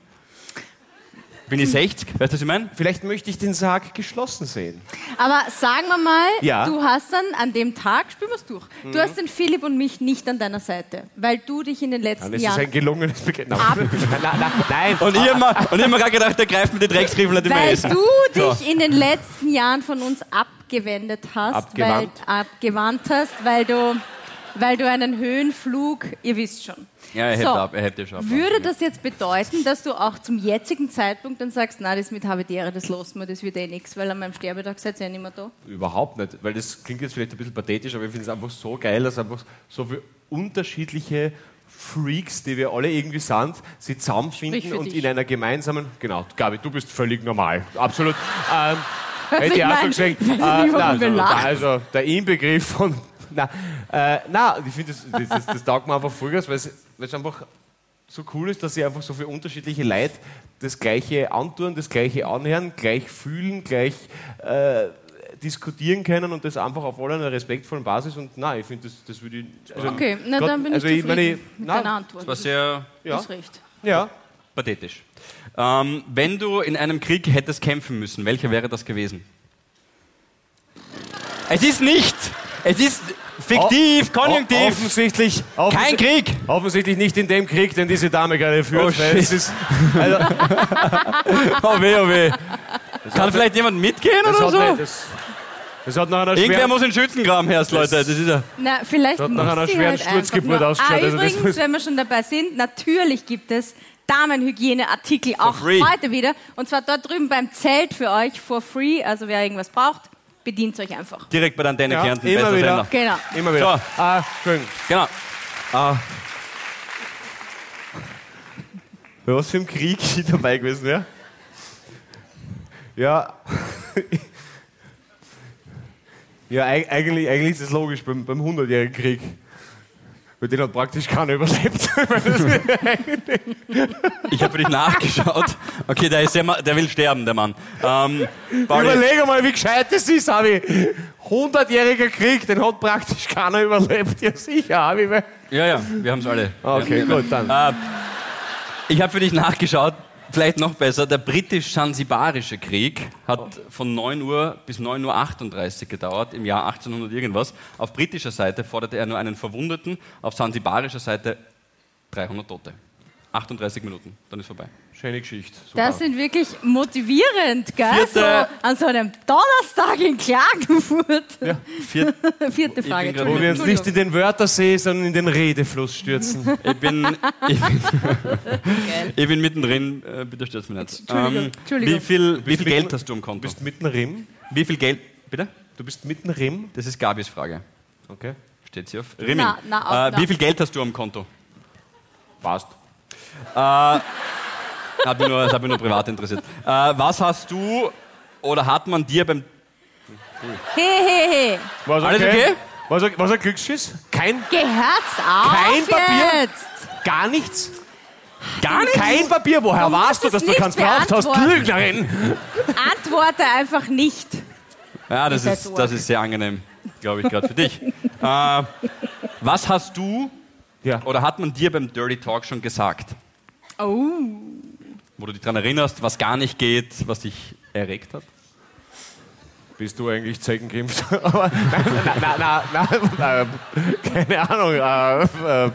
Bin ich sechzig? Weißt du, was ich meine? Vielleicht möchte ich den Sarg geschlossen sehen. Aber sagen wir mal, Ja. du hast dann an dem Tag, spielen wir es durch, du hast den Philipp und mich nicht an deiner Seite, weil du dich in den letzten Dann ist es Jahren... ein gelungenes Bekenntnis. Ab- Nein, nein, nein, nein. Und ich habe mir, und ich hab mir gerade gedacht, der greift mir die Drecksgriffel nicht immer Weil essen. du dich in den letzten Jahren von uns abgewendet hast, Abgewandt. weil, abgewandt hast, weil du, weil du einen Höhenflug, ihr wisst schon. Ja, er hebt ab, er hebt ja schon ab. Würde das jetzt bedeuten, dass du auch zum jetzigen Zeitpunkt dann sagst, na, das mit Habitäre, das lassen wir, das wird eh nichts, weil an meinem Sterbetag seid ihr ja nicht mehr da? Überhaupt nicht, weil das klingt jetzt vielleicht ein bisschen pathetisch, aber ich finde es einfach so geil, dass einfach so viele unterschiedliche Freaks, die wir alle irgendwie sind, sie Sprich zusammenfinden für und dich. in einer gemeinsamen... Genau, Gabi, du bist völlig normal, absolut. Ähm, Also hätte ich ich auch so mein, gesagt. ich weiß nicht, warum nein, wir also, lachen. also der Inbegriff von... Nein, äh, nein ich finde, das, das, das, das taugt mir einfach Vollgas, weil es, weil es einfach so cool ist, dass sie einfach so viele unterschiedliche Leute das Gleiche antun, das Gleiche anhören, gleich fühlen, gleich äh, diskutieren können und das einfach auf einer respektvollen Basis. Und nein, ich finde, das, das würde ich... Also, Okay, na Gott, dann bin ich also zufrieden meine, mit na, deiner Antwort. Das war sehr Ja. Das recht. Ja, pathetisch. Ähm, wenn du in einem Krieg hättest kämpfen müssen, welcher wäre das gewesen? Es ist nicht, es ist, Fiktiv, Konjunktiv. O- offensichtlich, Kein offensi- Krieg. Offensichtlich nicht in dem Krieg, den diese Dame gerade führt. Oh, weil shit. es ist, also, Oh weh, oh weh. Kann vielleicht jemand mitgehen das, oder hat so? nicht, das, das hat nach einer Irgendwer schweren, muss in den Schützengraben herst, Leute. Das ist ja... Na, vielleicht hat muss nach einer sie schweren halt Sturzgeburt einfach nur- ausgeschaut, Ah, also das übrigens, muss- wenn wir schon dabei sind, natürlich gibt es Damenhygieneartikel auch free. heute wieder. Und zwar dort drüben beim Zelt für euch for free. Also wer irgendwas braucht, bedient euch einfach. Direkt bei der Antenne Ja, Kärnten. immer bester wieder. Sender. Genau. immer wieder. Ah, schön. Genau. Ah. Bei was für einem Krieg ich dabei gewesen wäre? Ja. Ja, eig- eigentlich, eigentlich ist es logisch beim, beim hundertjährigen Krieg. Weil den hat praktisch keiner überlebt. Ich habe für dich nachgeschaut. Okay, der, ist sehr, ma- der will sterben, der Mann. Ähm, Pauli, Überleg mal, wie gescheit das ist, Abi. hundertjähriger Krieg, den hat praktisch keiner überlebt. Ja, sicher, Abi. weil- ja, ja, wir haben es alle. Okay, gut, dann. Äh, ich habe für dich nachgeschaut, vielleicht noch besser, der britisch-sansibarische Krieg hat von neun Uhr bis neun Uhr achtunddreißig gedauert, im Jahr achtzehnhundert irgendwas. Auf britischer Seite forderte er nur einen Verwundeten, auf sansibarischer Seite dreihundert Tote. achtunddreißig Minuten, dann ist vorbei. Schöne Geschichte. Super. Das sind wirklich motivierend, gell? So, Vierte- an so einem Donnerstag in Klagenfurt. Vier, Vierte Frage. bin grad- Wo wir uns nicht Entschuldigung. in den Wörtersee, sondern in den Redefluss stürzen. ich, bin, ich, bin, ich bin mittendrin, äh, bitte stürzt mich nicht. Entschuldigung, Entschuldigung. Wie viel, wie viel mitten- Geld hast du am Du Konto? bist mittenrim. Wie viel Geld, bitte? Du bist mittenrim. Das ist Gabis Frage. Okay. Steht sie auf? Rimming. Na, na, auf, äh, na. Wie viel Geld hast du am Konto? Passt. Hat mich nur, das hat mich nur privat interessiert. Äh, was hast du oder hat man dir beim... He, he, he. Was Alles okay? Was, ein- was ein Glücksschiss? Kein, Gehört's auf Kein Papier? jetzt. gar nichts? Gar nichts? Kein Papier. Woher Du weißt du, musst dass es du nicht keins braucht hast? beantworten. Lügnerin. Antworte einfach nicht. Ja, das Ihr ist, seid das ist sehr angenehm, glaube ich, gerade für dich. Äh, was hast du Ja. oder hat man dir beim Dirty Talk schon gesagt? Oh. Wo du dich daran erinnerst, was gar nicht geht, was dich erregt hat? Bist du eigentlich Zeugengeimpft? Aber nein, nein, nein, nein, nein, äh, keine Ahnung. Äh, äh,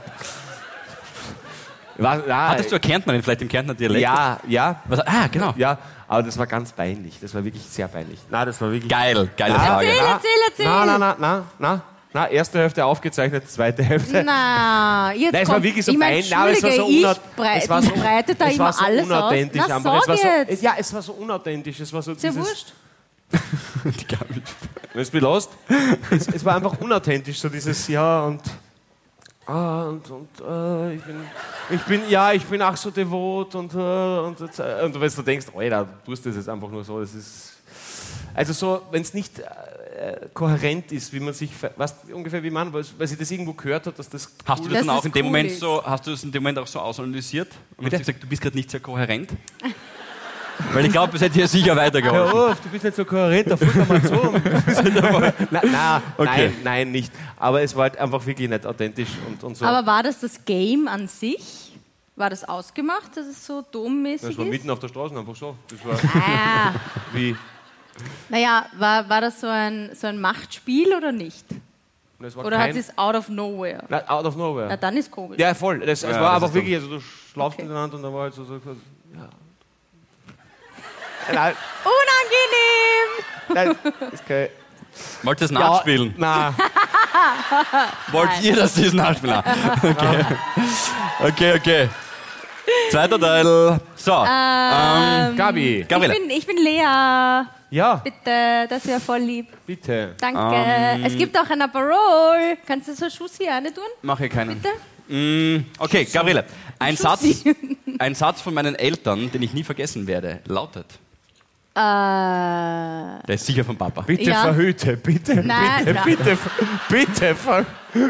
was, nein, Hattest du eine Kärntnerin, vielleicht im Kärntner Dialekt? Ja, ja, Was, ah, genau. ja. Aber das war ganz peinlich. Das war wirklich sehr peinlich. Nein, das war wirklich. Geil, geile Ja. Frage. Erzähl, erzähl, erzähl. Nein, nein, nein, nein, nein. Na, erste Hälfte aufgezeichnet, zweite Hälfte. Na, jetzt Nein, es war kommt, wirklich so ich mein, peinlich. Nein, es war so Entschuldige, una- ich brei es war so- ich breite da es immer war so alles aus. unauthentisch Na, einfach. Es war sag so, jetzt. ja, es war so unauthentisch. Es war so Ist ja dieses, wurscht. Die Gabi. wenn es mich lässt, es, es war einfach unauthentisch, so dieses Ja und ah, und, und äh, ich, bin, ich bin, ja, ich bin ach so devot und, äh, und, äh, und wenn du denkst, Alter, du tust das jetzt einfach nur so, das ist, also so, wenn es nicht äh, kohärent ist, wie man sich, was ungefähr wie man, weil, weil sie das irgendwo gehört hat, dass das Hast du Das das dann auch ist in dem cool Moment ist. so, hast du das in dem Moment auch so ausanalysiert? Und Bitte? hast du gesagt, du bist gerade nicht sehr kohärent? Weil ich glaube, es hätte dir sicher Hör weitergeholfen. auf, du bist nicht so kohärent, da futter mal zu. na, na, Okay. Nein, nein, nicht. Aber es war halt einfach wirklich nicht authentisch und, und so. Aber war das das Game an sich? War das ausgemacht, dass es so dommäßig das war ist? mitten auf der Straße einfach so. Das war Ah, wie. naja, war, war das so ein, so ein Machtspiel oder nicht? Das war Oder hat kein, sie es out of nowhere? na, out of nowhere. Na, dann ist komisch. Ja, voll. Das, es Ja, war das einfach ist wirklich, also du schlafst Okay. miteinander und dann war halt so. so ja. Nein, Unangenehm! nein, ist kein. Wollt ihr das nachspielen? Ja, Wollt ihr, dass sie es nachspielen? Ah, Okay. okay, okay. Zweiter Teil. So, ähm, na. Gabi. Gabriele. Ich bin, ich bin Lea. Ja, Bitte, das wäre voll lieb. bitte. Danke. Ähm. Es gibt auch ein Aperol. Kannst du so Schussi eine tun? Mach ich keinen. Bitte? Mm, okay, Gabriele. Ein Satz, Schussi. ein Satz von meinen Eltern, den ich nie vergessen werde, lautet. Äh, Der ist sicher von Papa. Bitte Ja. verhüte, bitte, Nein, bitte, nein. bitte, bitte, ver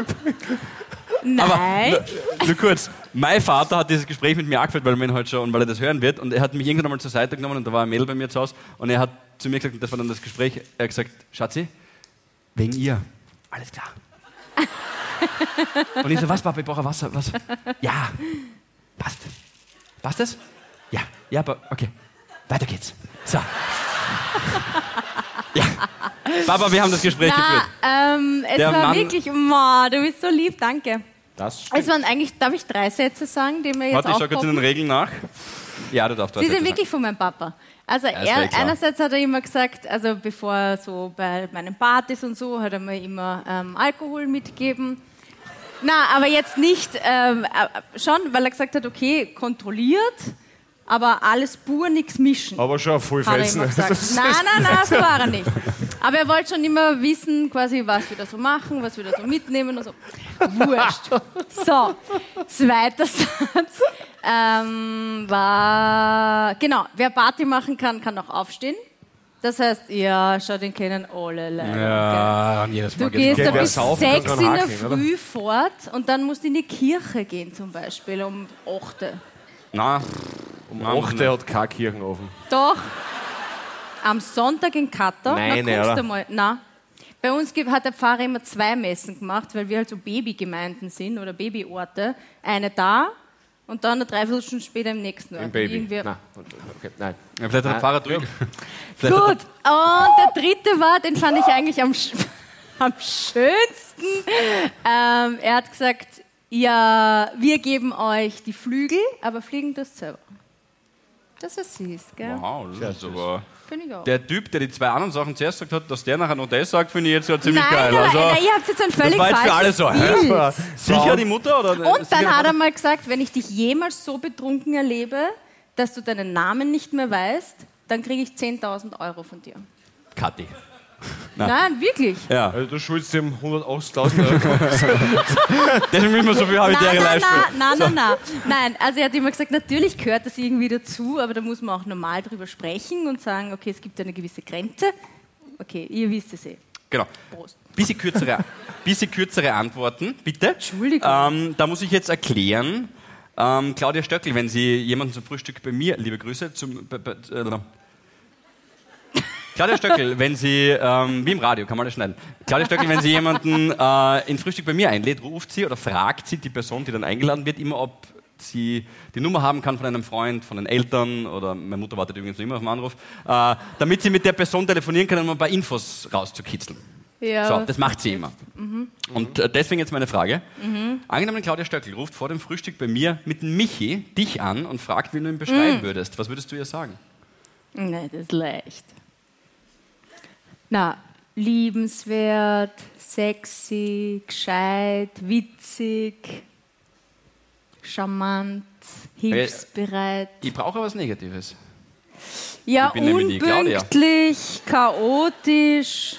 nein. nur, nur kurz. Mein Vater hat dieses Gespräch mit mir angeführt, weil er ihn heute schon und weil er das hören wird. Und er hat mich irgendwann einmal zur Seite genommen und da war ein Mädel bei mir zu Hause. Und er hat zu mir gesagt, und das war dann das Gespräch, er hat gesagt, Schatzi, wegen ihr. Alles klar. Und ich so, was, Papa, ich brauche Wasser. Was? Ja, passt. Passt das? Ja, ja, aber okay. Weiter geht's. So. Ja. Papa, wir haben das Gespräch geführt. Na, ähm, es Der war Mann- wirklich, ma, du bist so lieb, danke. Das Es waren eigentlich, darf ich drei Sätze sagen, die mir jetzt Warte, ich schau kurz in den aufpoppen? Regeln nach. Ja, du darfst Sie das sind sagen. wirklich von meinem Papa. Also ist er, eh klar. einerseits hat er immer gesagt, also bevor er so bei meinen Partys und so, hat er mir immer ähm, Alkohol mitgegeben. Na, aber jetzt nicht, ähm, äh, schon, weil er gesagt hat, okay, kontrolliert, aber alles pur, nichts mischen. aber schon voll Hat er fressen. immer gesagt. Nein, nein, nein, so war er nicht. Aber er wollte schon immer wissen, quasi, was wir da so machen, was wir da so mitnehmen und so. Wurscht. So, zweiter Satz ähm, war, genau, wer Party machen kann, kann auch aufstehen. Das heißt, ja, schau, den kennen alle leider. Ja, und jedes Mal Du geht's gehst noch da wer bis saufen kann, sechs kann in der hakeln, oder? Früh fort und dann musst du in die Kirche gehen zum Beispiel um acht. Nein. Um acht hat keine Kirchen offen. Doch. Am Sonntag in Katar. Meine, na, guckst oder? du mal. Na. Bei uns gibt- hat der Pfarrer immer zwei Messen gemacht, weil wir halt so Babygemeinden sind oder Babyorte. Eine da und dann eine Dreiviertelstunde später im nächsten Ort. Im Baby. Irgendwie- Nein. Okay, nein. Ja, vielleicht hat der Nein. Fahrer durch. Gut. Und der dritte war, den fand ich eigentlich am, sch- am schönsten. Ähm, er hat gesagt, ja, wir geben euch die Flügel, aber fliegen tust selber. Das ist süß, gell? Wow, das ist aber... Finde ich auch. Der Typ, der die zwei anderen Sachen zuerst gesagt hat, dass der nachher noch das sagt, finde ich jetzt ja ziemlich nein, geil. nein, Also, nein, ihr habt jetzt ein das völlig war jetzt für alle falsches so. Hä? Bild. Sicher die Mutter? Oder Und sicher dann der hat er Vater? mal gesagt, wenn ich dich jemals so betrunken erlebe, dass du deinen Namen nicht mehr weißt, dann kriege ich zehntausend Euro von dir. Kathi. Nein, wirklich. Ja. Also du schuldest ihm hundertachtzigtausend Euro. Deswegen müssen wir so viel habitäre Nein, nein, Live-Spiele. nein, nein, nein, nein. Nein, also er hat immer gesagt, natürlich gehört das irgendwie dazu, aber da muss man auch normal drüber sprechen und sagen, okay, es gibt eine gewisse Grenze. Okay, ihr wisst es eh. Genau. Prost. Bisschen kürzere, bisschen kürzere Antworten, bitte. Entschuldigung. Ähm, da muss ich jetzt erklären, ähm, Claudia Stöckl, wenn Sie jemanden zum Frühstück bei mir, liebe Grüße, zum... Be, be, äh, Claudia Stöckl, wenn Sie, ähm, wie im Radio, kann man das schneiden. Claudia Stöckl, wenn Sie jemanden äh, in Frühstück bei mir einlädt, ruft sie oder fragt sie die Person, die dann eingeladen wird, immer, ob sie die Nummer haben kann von einem Freund, von den Eltern oder meine Mutter wartet übrigens noch immer auf den Anruf, äh, damit sie mit der Person telefonieren kann, um ein paar Infos rauszukitzeln. Ja, So, das macht sie immer. Und äh, deswegen jetzt meine Frage. Angenommen, Claudia Stöckl ruft vor dem Frühstück bei mir mit dem Michi dich an und fragt, wie du ihn beschreiben würdest. Was würdest du ihr sagen? Nein, das ist leicht. Na, liebenswert, sexy, gescheit, witzig, charmant, hilfsbereit. Ich brauche was Negatives. Ja, ich bin nämlich die Claudia. unpünktlich, chaotisch.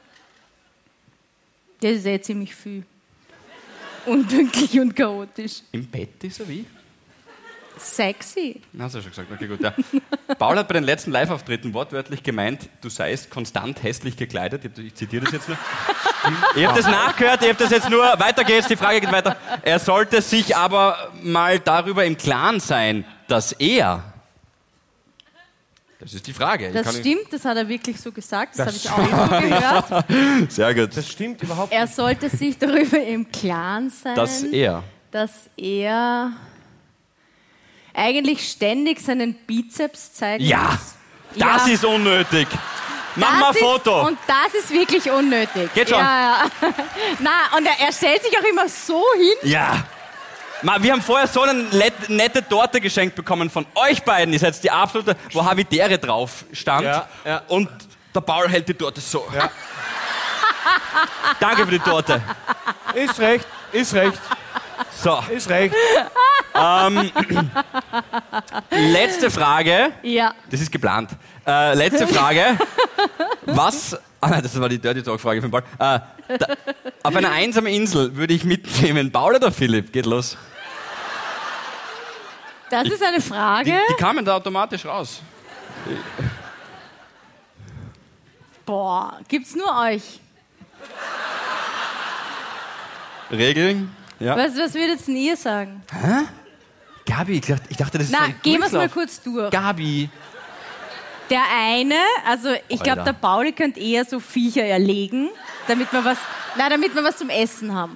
Das ist eh ziemlich viel. Unpünktlich und chaotisch. Im Bett ist er wie? Sexy. Hast du schon gesagt, okay, gut. Ja. Paul hat bei den letzten Live-Auftritten wortwörtlich gemeint, du seist konstant hässlich gekleidet. Ich, ich zitiere das jetzt nur. Ich habe das nachgehört, ich habe das jetzt nur. Weiter geht's, die Frage geht weiter. Er sollte sich aber mal darüber im Klaren sein, dass er. Das ist die Frage. Ich Das kann nicht- stimmt, das hat er wirklich so gesagt, das, habe ich auch so gehört. Sehr gut. Das stimmt überhaupt Er sollte sich darüber im Klaren sein, Dass er. dass er eigentlich ständig seinen Bizeps zeigen Ja, muss. das Ja. ist unnötig. Mach Das mal ein ist, Foto. Und das ist wirklich unnötig. Geht schon. Ja, ja. Na, und er, er stellt sich auch immer so hin. Ja. Ma, wir haben vorher so eine let- nette Torte geschenkt bekommen von euch beiden. Ihr seid die absolute, wo Habitäre drauf stand. Ja, ja. Und der Paul hält die Torte so. Danke für die Torte. Ist recht, ist recht, So, ist recht. letzte Frage. Ja. Das ist geplant. Äh, letzte Frage. Was... Ah nein, das war die Dirty Talk-Frage von Paul. Äh, da, auf einer einsamen Insel würde ich mitnehmen, Paul oder Philipp? Geht los. Das ist eine Die, Frage. die kamen da automatisch raus. Boah, gibt's nur euch. Regeln? Ja. Was, was würdet denn ihr sagen? Gabi, ich dachte, ich dachte das ist so Na, ein gehen wir es mal Durchlauf. kurz durch. Gabi. Der eine, also ich glaube, Alter. der Pauli könnte eher so Viecher erlegen, damit wir was, nein, damit wir was zum Essen haben.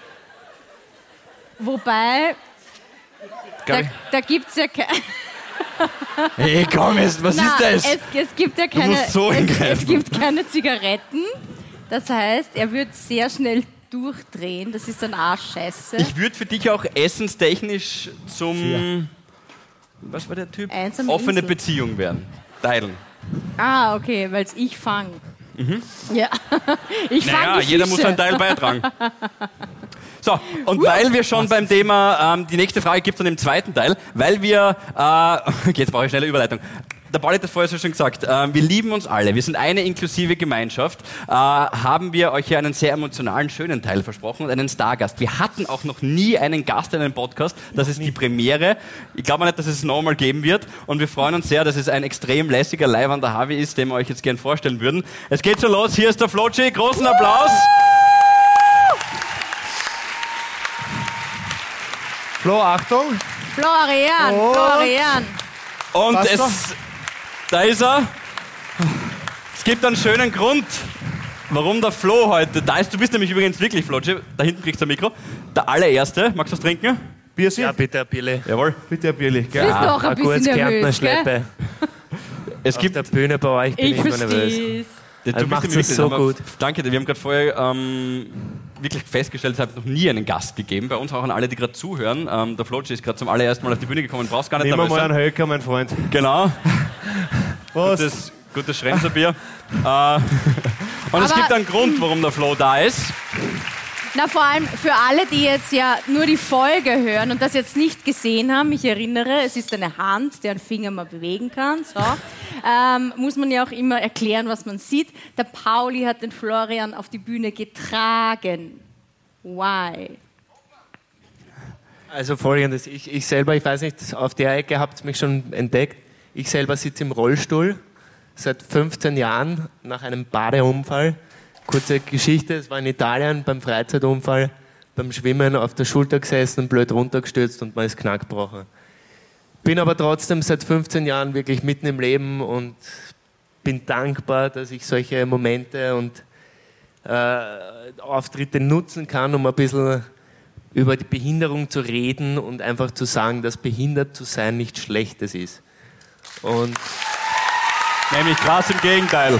Wobei, da, Gabi. da gibt es ja keine... Hey, komm jetzt, was Na, ist das? Es, es gibt ja keine, musst so es, eingreifen. es gibt keine Zigaretten. Das heißt, er wird sehr schnell durchdrehen. Das ist dann auch scheiße. Ich würde für dich auch essenstechnisch zum, was war der Typ? Einsame Offene Insel. Beziehung werden. Teilen. Ah, okay, weil ich fange. Mhm. Ja, ich fange Naja, die jeder Fische. muss einen Teil beitragen. So, und weil wir schon beim Thema, ähm, die nächste Frage gibt es dann im zweiten Teil, weil wir, äh, okay, jetzt brauche ich schnelle Überleitung. Der Paul hat das vorher so schon gesagt, äh, wir lieben uns alle, wir sind eine inklusive Gemeinschaft, äh, haben wir euch hier einen sehr emotionalen, schönen Teil versprochen und einen Stargast. Wir hatten auch noch nie einen Gast in einem Podcast, das ist die Premiere. Ich glaube nicht, dass es nochmal geben wird und wir freuen uns sehr, dass es ein extrem lässiger, leibernder Harvey ist, den wir euch jetzt gern vorstellen würden. Es geht schon los, hier ist der Flotschi, großen Applaus. Flo, Achtung. Florian, Und- Florian. Und Passt es, doch. da ist er. Es gibt einen schönen Grund, warum der Flo heute da ist. Du bist nämlich übrigens wirklich, Flotschi, da hinten kriegst du ein Mikro. Der allererste, magst du was trinken? Biersi? Ja, bitte ein Bille. Jawohl. Bitte ein Bierli. Du bist doch ein Ein gutes bisschen Kärntner nervös, gell? Schleppe. Es Auf gibt, der Bühne bei euch bin ich, Ich immer nervös. verstehe du Also macht's nämlich es so haben wir- gut. Danke dir, wir haben gerade vorher ähm, wirklich festgestellt, es hat noch nie einen Gast gegeben. Bei uns auch an alle, die gerade zuhören. Ähm, der Flotschi ist gerade zum allerersten Mal auf die Bühne gekommen, brauchst gar nicht Nehmen wir nervös mal einen sein. Höcker, mein Freund. Genau. Was? Gutes, gutes Schrenzerbier. äh, und es Aber- gibt einen Grund, warum der Flo da ist. Na, vor allem für alle, die jetzt ja nur die Folge hören und das jetzt nicht gesehen haben, ich erinnere, es ist eine Hand, deren Finger man bewegen kann, so, ähm, muss man ja auch immer erklären, was man sieht. Der Pauli hat den Florian auf die Bühne getragen. Why? Also folgendes, ich, ich selber, ich weiß nicht, auf der Ecke habt ihr mich schon entdeckt. Ich selber sitze im Rollstuhl seit fünfzehn Jahren nach einem Badeunfall. Kurze Geschichte, es war in Italien beim Freizeitunfall, beim Schwimmen auf der Schulter gesessen, blöd runtergestürzt und man ist knack gebrochen. Bin aber trotzdem seit fünfzehn Jahren wirklich mitten im Leben und bin dankbar, dass ich solche Momente und äh, Auftritte nutzen kann, um ein bisschen über die Behinderung zu reden und einfach zu sagen, dass behindert zu sein nichts Schlechtes ist. Und Nämlich krass im Gegenteil.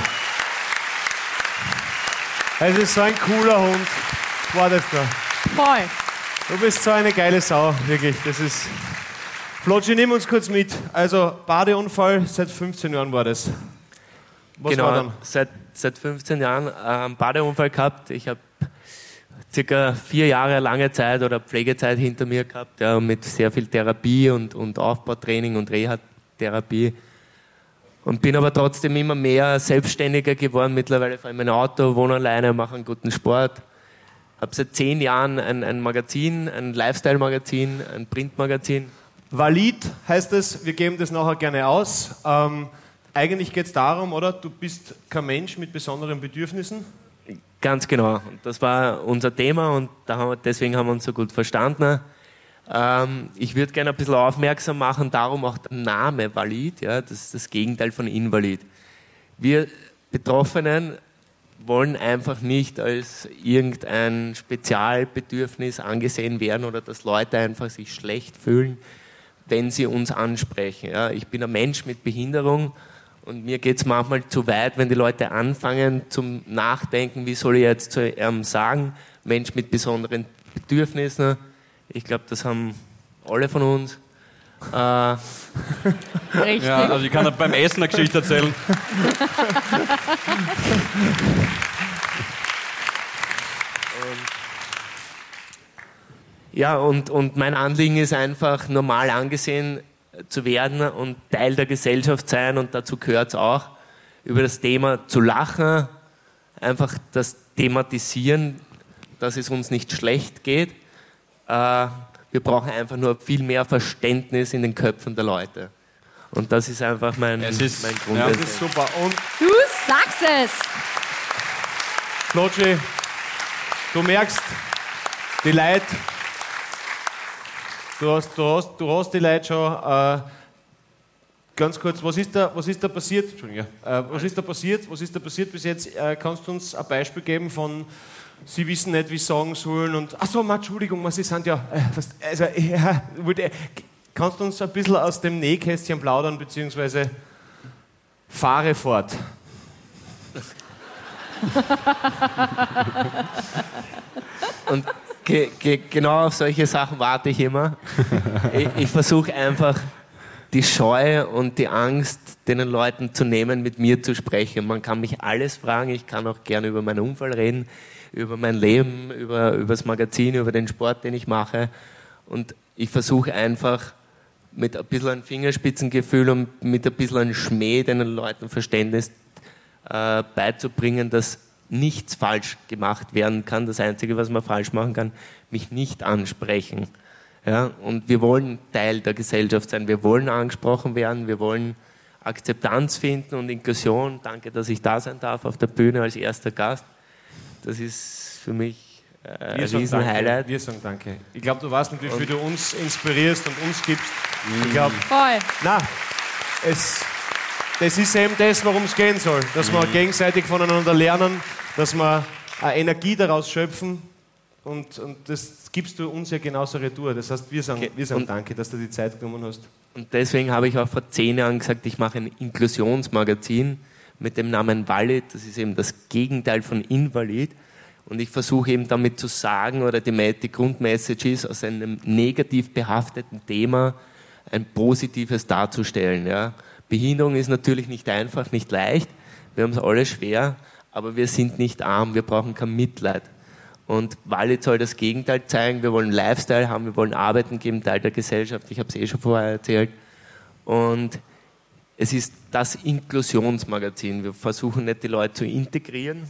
Es ist so ein cooler Hund. War das da? Voll. Du bist so eine geile Sau, wirklich. Das ist. Flotschi, nimm uns kurz mit. Also, Badeunfall, seit fünfzehn Jahren war das. Was genau, war dann? Seit, seit fünfzehn Jahren äh, einen Badeunfall gehabt. Ich habe circa vier Jahre lange Zeit oder Pflegezeit hinter mir gehabt, ja, mit sehr viel Therapie und, und Aufbautraining und Reha-Therapie. Und bin aber trotzdem immer mehr selbstständiger geworden. Mittlerweile fahre ich mein Auto, wohne alleine, mache einen guten Sport. Habe seit zehn Jahren ein, ein Magazin, ein Lifestyle-Magazin, ein Printmagazin. Valid heißt es, wir geben das nachher gerne aus. Ähm, eigentlich geht es darum, oder? Du bist kein Mensch mit besonderen Bedürfnissen. Ganz genau. Und das war unser Thema und da haben wir, deswegen haben wir uns so gut verstanden. Ähm, ich würde gerne ein bisschen aufmerksam machen, darum auch der Name Valid, ja, das ist das Gegenteil von Invalid. Wir Betroffenen wollen einfach nicht als irgendein Spezialbedürfnis angesehen werden oder dass Leute einfach sich schlecht fühlen, wenn sie uns ansprechen. Ja. Ich bin ein Mensch mit Behinderung und mir geht es manchmal zu weit, wenn die Leute anfangen zum Nachdenken, wie soll ich jetzt zu ihm sagen, Mensch mit besonderen Bedürfnissen. Ich glaube, das haben alle von uns. Äh, Richtig. Ja, also ich kann da beim Essen eine Geschichte erzählen. ja, und, und mein Anliegen ist einfach, normal angesehen zu werden und Teil der Gesellschaft sein und dazu gehört es auch, über das Thema zu lachen, einfach das Thematisieren, dass es uns nicht schlecht geht. Äh, wir brauchen einfach nur viel mehr Verständnis in den Köpfen der Leute. Und das ist einfach mein, Es ist- mein ja, Grund. Das ist super. Und Du sagst es. Flotschi, du merkst, die Leute, du hast, du hast, du hast die Leute schon. Äh, ganz kurz, was ist da, was ist da passiert? Entschuldigung, äh, was ist da passiert? Was ist da passiert bis jetzt? Äh, kannst du uns ein Beispiel geben von, Sie wissen nicht, wie sie sagen sollen und, ach so, Mann, Entschuldigung, Sie sind ja, äh, was, also, ja, wollte- kannst du uns ein bisschen aus dem Nähkästchen plaudern, beziehungsweise fahre fort. Und ge ge genau auf solche Sachen warte ich immer. Ich, ich versuche einfach, die Scheu und die Angst den Leuten zu nehmen, mit mir zu sprechen. Man kann mich alles fragen, ich kann auch gerne über meinen Unfall reden, über mein Leben, über, über das Magazin, über den Sport, den ich mache. Und ich versuche einfach mit ein bisschen ein Fingerspitzengefühl und mit ein bisschen ein Schmäh den Leuten Verständnis äh, beizubringen, dass nichts falsch gemacht werden kann. Das Einzige, was man falsch machen kann, mich nicht ansprechen. Ja? Und wir wollen Teil der Gesellschaft sein. Wir wollen angesprochen werden, wir wollen Akzeptanz finden und Inklusion. Danke, dass ich da sein darf auf der Bühne als erster Gast. Das ist für mich äh, ein riesen Highlight. Wir sagen danke. Ich glaube, du weißt nicht, wie viel du uns inspirierst und uns gibst. Ich glaube, Voll. na, es, das ist eben das, worum es gehen soll. Dass wir gegenseitig voneinander lernen, dass wir eine Energie daraus schöpfen. Und, und das gibst du uns ja genauso retour. Das heißt, wir sagen, wir sagen danke, dass du die Zeit genommen hast. Und deswegen habe ich auch vor zehn Jahren gesagt, ich mache ein Inklusionsmagazin mit dem Namen Valid. Das ist eben das Gegenteil von Invalid. Und ich versuche eben damit zu sagen, oder die, die Grundmessage ist, aus einem negativ behafteten Thema ein positives darzustellen. Ja. Behinderung ist natürlich nicht einfach, nicht leicht. Wir haben es alle schwer, aber wir sind nicht arm, wir brauchen kein Mitleid. Und Valid soll das Gegenteil zeigen. Wir wollen Lifestyle haben, wir wollen Arbeiten geben, Teil der Gesellschaft. Ich habe es eh schon vorher erzählt. Und es ist das Inklusionsmagazin. Wir versuchen nicht, die Leute zu integrieren.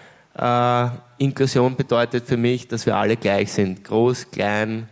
Äh, Inklusion bedeutet für mich, dass wir alle gleich sind. Groß, klein,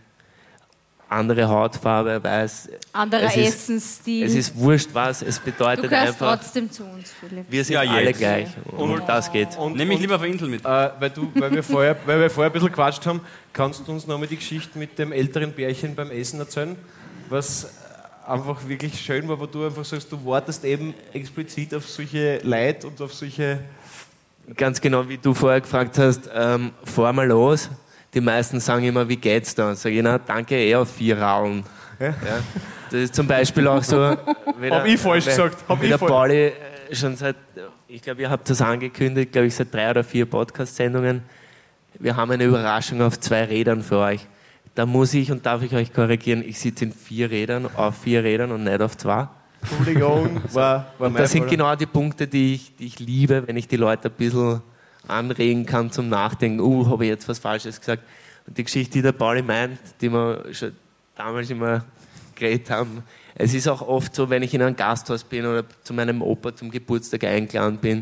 andere Hautfarbe, weiß. Anderer es ist, Essensstil. Es ist wurscht was, es bedeutet du gehörst einfach... trotzdem zu uns, Philipp. Wir sind Ja, alle jetzt. gleich. Und, und das geht. Und, Nehme ich und, lieber auf Insel mit. Äh, weil, du, weil, wir vorher, weil wir vorher ein bisschen gequatscht haben, kannst du uns nochmal die Geschichte mit dem älteren Bärchen beim Essen erzählen? Was einfach wirklich schön war, wo du einfach sagst, du wartest eben explizit auf solche Leid und auf solche... Ganz genau, wie du vorher gefragt hast, ähm, fahr mal los. Die meisten sagen immer, wie geht's da? Sag ich, na, danke, eher auf vier Raulen. Ja? Ja. Das ist zum Beispiel auch so... Hab ich falsch gesagt. Hab wie ich der falsch. Pauli äh, schon seit, ich glaube, ihr habt das angekündigt, glaube ich, seit drei oder vier Podcast-Sendungen. Wir haben eine Überraschung auf zwei Rädern für euch. Da muss ich und darf ich euch korrigieren, ich sitze in vier Rädern, auf vier Rädern und nicht auf zwei. Entschuldigung, war, war Und mein das sind Fehler. genau die Punkte, die ich, die ich liebe, wenn ich die Leute ein bisschen anregen kann zum Nachdenken. Uh, habe ich jetzt was Falsches gesagt? Und die Geschichte, die der Pauli meint, die wir schon damals immer geredet haben. Es ist auch oft so, wenn ich in einem Gasthaus bin oder zu meinem Opa zum Geburtstag eingeladen bin,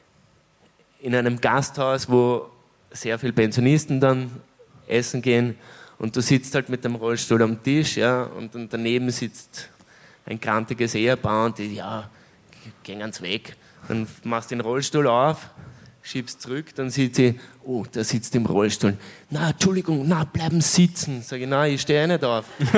in einem Gasthaus, wo sehr viele Pensionisten dann essen gehen und du sitzt halt mit dem Rollstuhl am Tisch, ja, und, und daneben sitzt ein krantiges Ehepaar und die, ja, gehen ans Weg. Dann machst du den Rollstuhl auf, schiebst zurück, dann sieht sie, oh, der sitzt im Rollstuhl. Na, Entschuldigung, na, bleiben sitzen. Sag ich, nein, ich stehe nicht auf. Und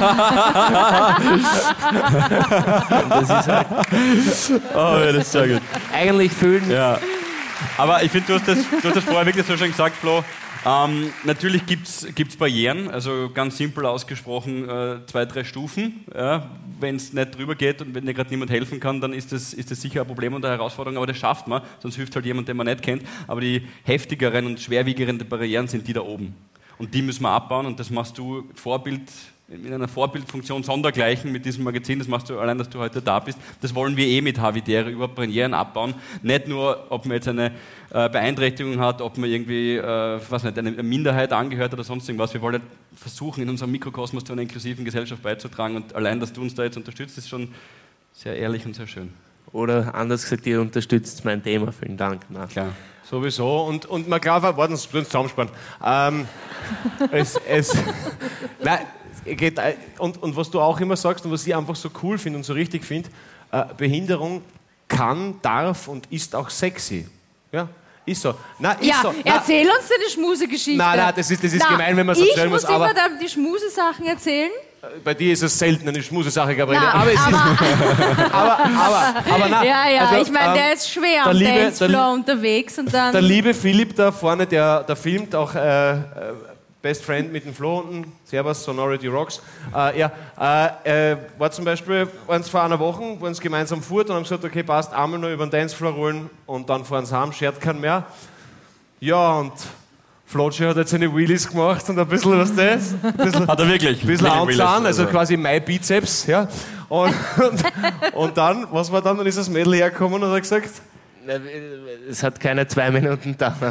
das ist halt, Oh, ja, das ist sehr gut. eigentlich fühlen, Ja. Aber ich finde, du, hast das- du hast das vorher wirklich so schön gesagt, Flo. Ähm, natürlich gibt es Barrieren, also ganz simpel ausgesprochen äh, zwei, drei Stufen. Ja. Wenn es nicht drüber geht und wenn dir gerade niemand helfen kann, dann ist das, ist das sicher ein Problem und eine Herausforderung, aber das schafft man, sonst hilft halt jemand, den man nicht kennt. Aber die heftigeren und schwerwiegeren Barrieren sind die da oben. Und die müssen wir abbauen und das machst du Vorbild, in einer Vorbildfunktion sondergleichen mit diesem Magazin, das machst du allein, dass du heute da bist. Das wollen wir eh mit Havidere, überhaupt Barrieren abbauen. Nicht nur, ob man jetzt eine äh, Beeinträchtigung hat, ob man irgendwie, äh, was nicht, eine Minderheit angehört oder sonst irgendwas. Wir wollen versuchen, in unserem Mikrokosmos zu einer inklusiven Gesellschaft beizutragen und allein, dass du uns da jetzt unterstützt, ist schon sehr ehrlich und sehr schön. oder anders gesagt, ihr unterstützt mein Thema. Vielen Dank. Na. Klar. Sowieso. Und, und man glaubt, warten Sie, uns zusammenspannen. Ähm, es, es, nein, es geht, und, und was du auch immer sagst und was ich einfach so cool finde und so richtig finde, äh, Behinderung kann, darf und ist auch sexy. Ja, ist so. Nein, ist Ja, so. Nein, erzähl uns deine Schmusegeschichte. Nein, nein, das ist, das ist Na, gemein, wenn man es ich erzählen muss muss. Aber immer dann die Schmusesachen erzählen. bei dir ist es selten eine Schmusesache, Gabriele. Na, aber es ist. aber, aber, aber nein. Ja, ja, Also, ich meine, ähm, der ist schwer der am liebe- Dancefloor der- unterwegs und dann... Der liebe Philipp da vorne, der, der filmt auch äh, äh, Best Friend mit dem Flo unten, Servus, Sonority Rocks. Äh, ja, äh, äh, war zum Beispiel, waren es vor einer Woche, waren sie gemeinsam fort und haben gesagt, okay, passt, einmal noch über den Dancefloor rollen und dann fahren sie heim, schert keinen mehr. Ja, und Flotschi hat jetzt seine Wheelies gemacht und ein bisschen, was das? Ein bisschen, Hat er wirklich? ein bisschen Wirklich anzahlen, Wheelies, also quasi mein Bizeps, ja. Und, und, und dann, was war dann? Dann ist das Mädel hergekommen und hat gesagt, es hat keine zwei Minuten gedauert.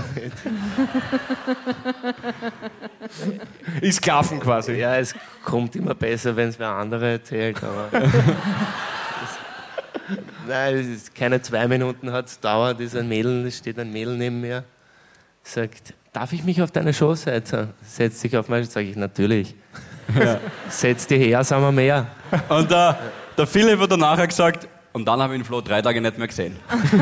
ist Klaffen quasi. Ja, es kommt immer besser, wenn es wer andere erzählt. Aber es, nein, es ist keine zwei Minuten hat es gedauert. Ist ein Mädel, es steht ein Mädel neben mir, sagt, darf ich mich auf deine Show setzen? Setzt sich auf meine, sage ich, natürlich. Ja. Setz dich her, sagen wir mehr. Und der, der Philipp hat dann nachher gesagt, und dann habe ich den Flo drei Tage nicht mehr gesehen.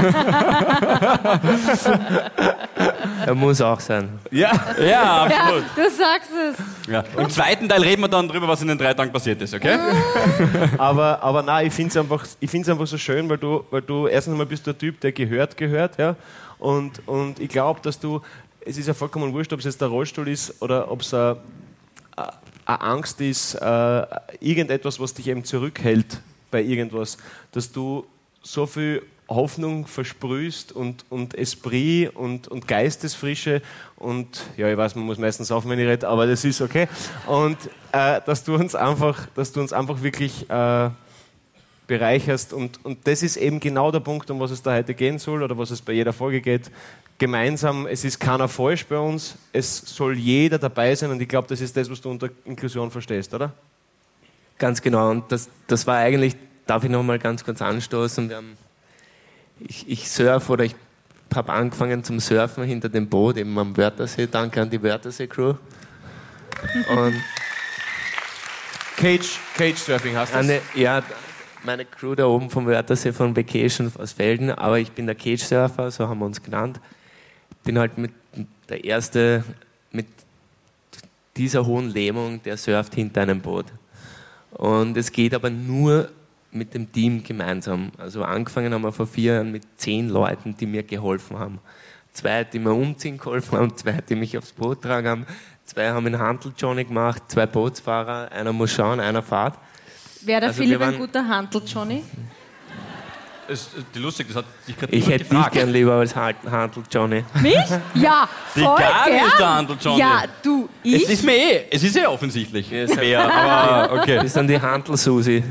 Er muss auch sein. Ja, ja, absolut. Ja, du sagst es. Ja. Im zweiten Teil reden wir dann drüber, was in den drei Tagen passiert ist, okay? Aber, aber nein, ich finde es einfach, einfach so schön, weil du, weil du erstens mal bist der Typ, der gehört, gehört, ja. Und, und ich glaube, dass du, es ist ja vollkommen wurscht, ob es jetzt der Rollstuhl ist oder ob es eine Angst ist, äh, irgendetwas, was dich eben zurückhält bei irgendwas, dass du so viel Hoffnung versprühst und, und Esprit und, und Geistesfrische und, ja, ich weiß, man muss meistens auf, wenn ich rede, aber das ist okay. Und äh, dass du uns einfach, dass du uns einfach wirklich äh, bereicherst und, und das ist eben genau der Punkt, um was es da heute gehen soll oder was es bei jeder Folge geht. Gemeinsam, es ist keiner falsch bei uns, es soll jeder dabei sein und ich glaube, das ist das, was du unter Inklusion verstehst, oder? Ganz genau, und das, das war eigentlich, darf ich noch mal ganz kurz anstoßen, wir haben, ich, ich surfe oder ich habe angefangen zum Surfen hinter dem Boot, eben am Wörthersee, danke an die Wörthersee-Crew. Und Cage, Cage Surfing hast du das? eine, ja, meine Crew da oben vom Wörthersee von Vacation aus Felden, aber ich bin der Cage-Surfer, so haben wir uns genannt. Bin halt mit der Erste mit dieser hohen Lähmung, der surft hinter einem Boot. Und es geht aber nur mit dem Team gemeinsam. Also angefangen haben wir vor vier Jahren mit zehn Leuten, die mir geholfen haben. Zwei, die mir umziehen geholfen haben, zwei, die mich aufs Boot tragen haben, zwei haben einen Hantel-Johnny gemacht, zwei Bootsfahrer, einer muss schauen, einer fährt. Wäre der Also Philipp wir ein waren- guter Hantel-Johnny? Das, die lustig, das hat dich gerade Ich hätte dich gefragt. gern lieber als Hantel-Johnny. Mich? Ja, Die voll Gabi gern. ist der Handel-Johnny. Ja, du, Es ich? ist mir eh, es ist eh offensichtlich. Ja, es- Wer, aber okay. Das ist dann die Hantel-Susi.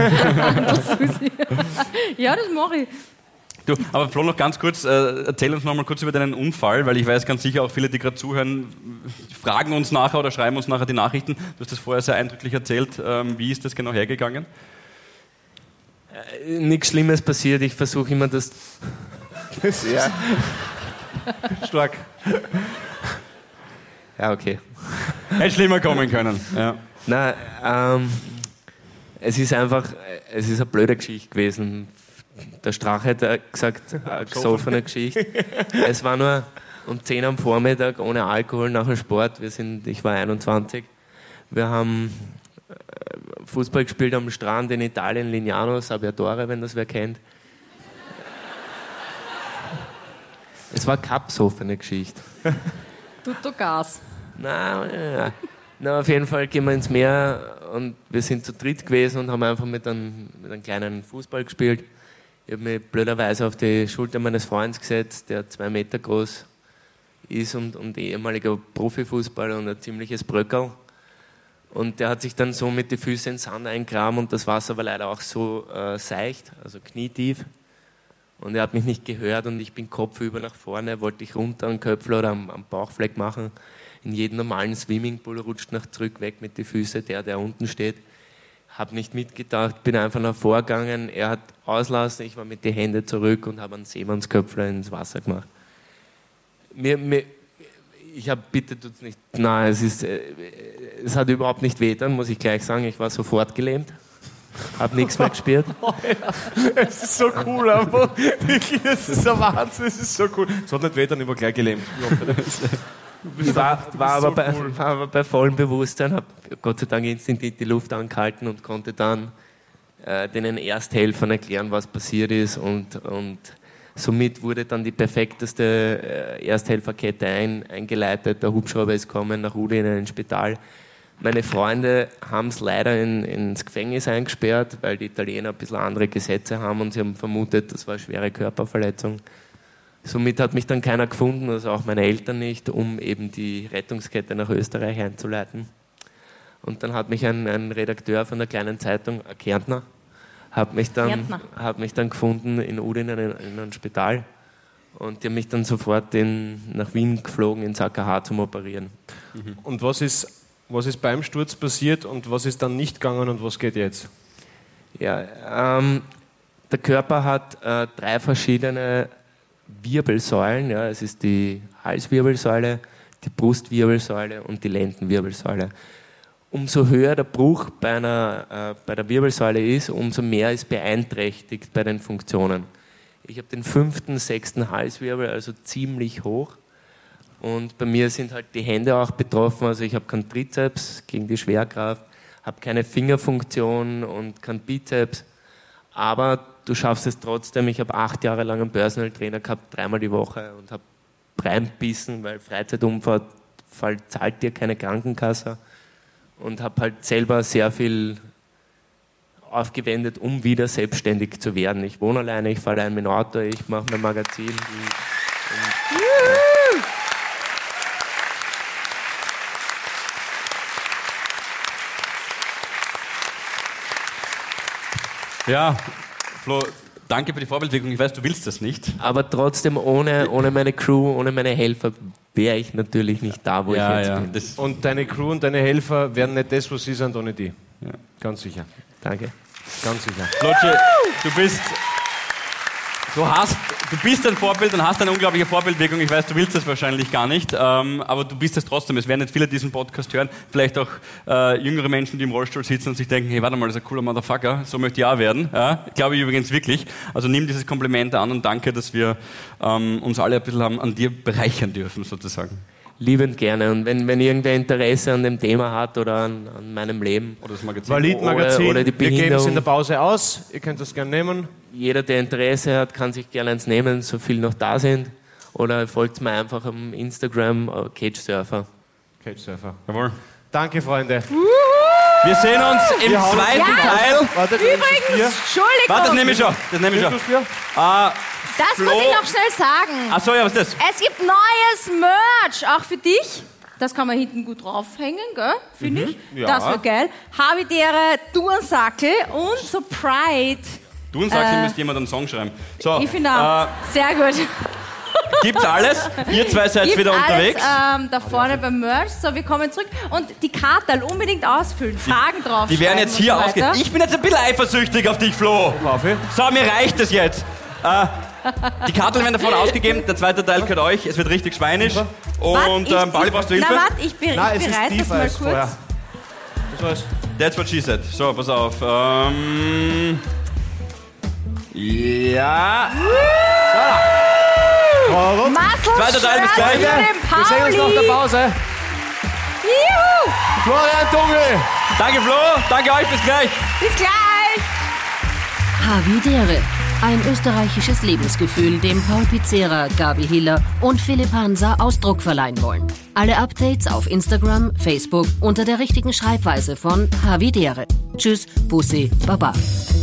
Ja, das mache ich. Du, aber Flo, noch ganz kurz, äh, erzähl uns noch mal kurz über deinen Unfall, weil ich weiß ganz sicher, auch viele, die gerade zuhören, fragen uns nachher oder schreiben uns nachher die Nachrichten. Du hast das vorher sehr eindrücklich erzählt. Ähm, wie ist das genau hergegangen? Äh, Nichts Schlimmes passiert, ich versuche immer das... Ja. Stark. Ja, okay. Hätte schlimmer kommen können. Ja. Nein, ähm, es ist einfach, es ist eine blöde Geschichte gewesen. Der Strache hat gesagt, eine gesoffene Geschichte. Es war nur um zehn am Vormittag, ohne Alkohol, nach dem Sport. Wir sind, ich war einundzwanzig. Wir haben äh, Fußball gespielt am Strand in Italien, Lignano, Sabbiatore, wenn das wer kennt. Es war keine besoffene Geschichte. Tutto Gas. Na, ja. Na, auf jeden Fall gehen wir ins Meer und wir sind zu dritt gewesen und haben einfach mit einem, mit einem kleinen Fußball gespielt. Ich habe mich blöderweise auf die Schulter meines Freundes gesetzt, der zwei Meter groß ist und, und ehemaliger Profifußballer und ein ziemliches Bröckerl. Und der hat sich dann so mit den Füßen in den Sand eingraben und das Wasser war leider auch so äh, seicht, also knietief. Und er hat mich nicht gehört und ich bin kopfüber nach vorne, wollte ich runter am Köpfel oder am, am Bauchfleck machen. In jedem normalen Swimmingpool rutscht nach zurück weg mit den Füßen, der, der unten steht. Habe nicht mitgedacht, bin einfach nach vorgegangen. Er hat auslassen, ich war mit den Händen zurück und habe einen Seemannsköpfler ins Wasser gemacht. Mir, mir, ich habe, bitte tut's nicht, nein, es ist, äh, es hat überhaupt nicht wehgetan, muss ich gleich sagen. Ich war sofort gelähmt, habe nichts mehr gespürt. Es ist so cool, aber wirklich, das ist ein Wahnsinn, es ist so cool. Es hat nicht weh, dann über gleich gelähmt. Ich war, war, aber so bei, cool. war aber bei vollem Bewusstsein, habe Gott sei Dank instinktiv die Luft angehalten und konnte dann äh, denen Ersthelfern erklären, was passiert ist und, und Somit wurde dann die perfekteste äh, Ersthelferkette ein, eingeleitet. Der Hubschrauber ist gekommen nach Udine in ein Spital. Meine Freunde haben es leider in, ins Gefängnis eingesperrt, weil die Italiener ein bisschen andere Gesetze haben und sie haben vermutet, das war eine schwere Körperverletzung. Somit hat mich dann keiner gefunden, also auch meine Eltern nicht, um eben die Rettungskette nach Österreich einzuleiten. Und dann hat mich ein, ein Redakteur von der kleinen Zeitung, ein Kärntner, hat mich dann, hat mich dann gefunden in Udine in, in einem Spital. Und die haben mich dann sofort in, nach Wien geflogen, ins A K H zum Operieren. Mhm. Und was ist, was ist beim Sturz passiert und was ist dann nicht gegangen und was geht jetzt? Ja, ähm, der Körper hat äh, drei verschiedene Wirbelsäulen. Ja. Es ist die Halswirbelsäule, die Brustwirbelsäule und die Lendenwirbelsäule. Umso höher der Bruch bei, einer, äh, bei der Wirbelsäule ist, umso mehr ist beeinträchtigt bei den Funktionen. Ich habe den fünften, sechsten Halswirbel, also ziemlich hoch. Und bei mir sind halt die Hände auch betroffen. Also ich habe keinen Trizeps gegen die Schwerkraft, habe keine Fingerfunktion und keinen Bizeps. Aber du schaffst es trotzdem. Ich habe acht Jahre lang einen Personal Trainer gehabt, dreimal die Woche und habe reinbissen, weil Freizeitunfall zahlt dir keine Krankenkasse. Und habe halt selber sehr viel aufgewendet, um wieder selbstständig zu werden. Ich wohne alleine, ich fahre allein mit dem Auto, ich mache mein Magazin. Und, ja, Flo, danke für die Vorbildwirkung. Ich weiß, du willst das nicht. Aber trotzdem, ohne, ohne meine Crew, ohne meine Helfer wäre ich natürlich nicht da, wo ja, ich jetzt ja. bin. Das und deine Crew und deine Helfer werden nicht das, was sie sind, ohne die. Ja. Ganz sicher. Danke. Ganz sicher. Lotsche, du bist, du hast, du bist ein Vorbild und hast eine unglaubliche Vorbildwirkung. Ich weiß, du willst das wahrscheinlich gar nicht, ähm, aber du bist es trotzdem. Es werden nicht viele diesen Podcast hören, vielleicht auch äh, jüngere Menschen, die im Rollstuhl sitzen und sich denken, hey, warte mal, das ist ein cooler Motherfucker, so möchte ich auch werden. Ja, glaube ich übrigens wirklich. Also nimm dieses Kompliment an und danke, dass wir ähm, uns alle ein bisschen haben, an dir bereichern dürfen, sozusagen. Liebend gerne. Und wenn, wenn irgendwer Interesse an dem Thema hat oder an, an meinem Leben. Oder das Magazin. Valid-Magazin. Oder, oder die wir geben es in der Behinderung. Pause aus. Ihr könnt das gerne nehmen. Jeder, der Interesse hat, kann sich gerne eins nehmen, so viel noch da sind. Oder folgt mir einfach am Instagram, uh, Cagesurfer. Cagesurfer. Jawohl. Danke, Freunde. Wir sehen uns im Wir hauen zweiten uns- Teil. Warte, Übrigens, Entschuldigung, Warte, das nehme ich schon. Das nehme ich schon. Ah, das Flo- muss ich noch schnell sagen. ach so, ja, was ist das? Es gibt neues Merch, auch für dich. Das kann man hinten gut draufhängen, gell? Finde ich. ja. Das wäre geil. Habitäre Turnsackel und so Pride. Du und sagst, Äh, müsst jemand einen Song schreiben. So, Ich finde auch. äh, Sehr gut. gibt's alles? Ihr zwei seid Gibt's wieder alles, unterwegs. Ähm, da vorne beim Merch. So, wir kommen zurück. Und die Karten unbedingt ausfüllen. Fragen drauf. Die werden jetzt hier ausgehen. Ich bin jetzt ein bisschen eifersüchtig auf dich, Flo. So, mir reicht es jetzt. Äh, die Karten werden davon ausgegeben. Der zweite Teil gehört euch. Es wird richtig schweinisch. Und ähm, Bali, brauchst du Hilfe? Na, warte, ich, bin, Nein, ich es ist bereite das tiefer mal als kurz. vorher. Das war's. That's what she said. So, pass auf. Ähm, ja. Warum? Muscle Zweiter Teil, bis Shirt gleich. für den Wir sehen uns nach Pauli. der Pause. Juhu. Florian Dungel. Danke, Flo. Danke euch. Bis gleich. Bis gleich. Havidere. Ein österreichisches Lebensgefühl, dem Paul Pizzera, Gabi Hiller und Philipp Hansa Ausdruck verleihen wollen. Alle Updates auf Instagram, Facebook unter der richtigen Schreibweise von Havidere. Tschüss, Bussi, Baba.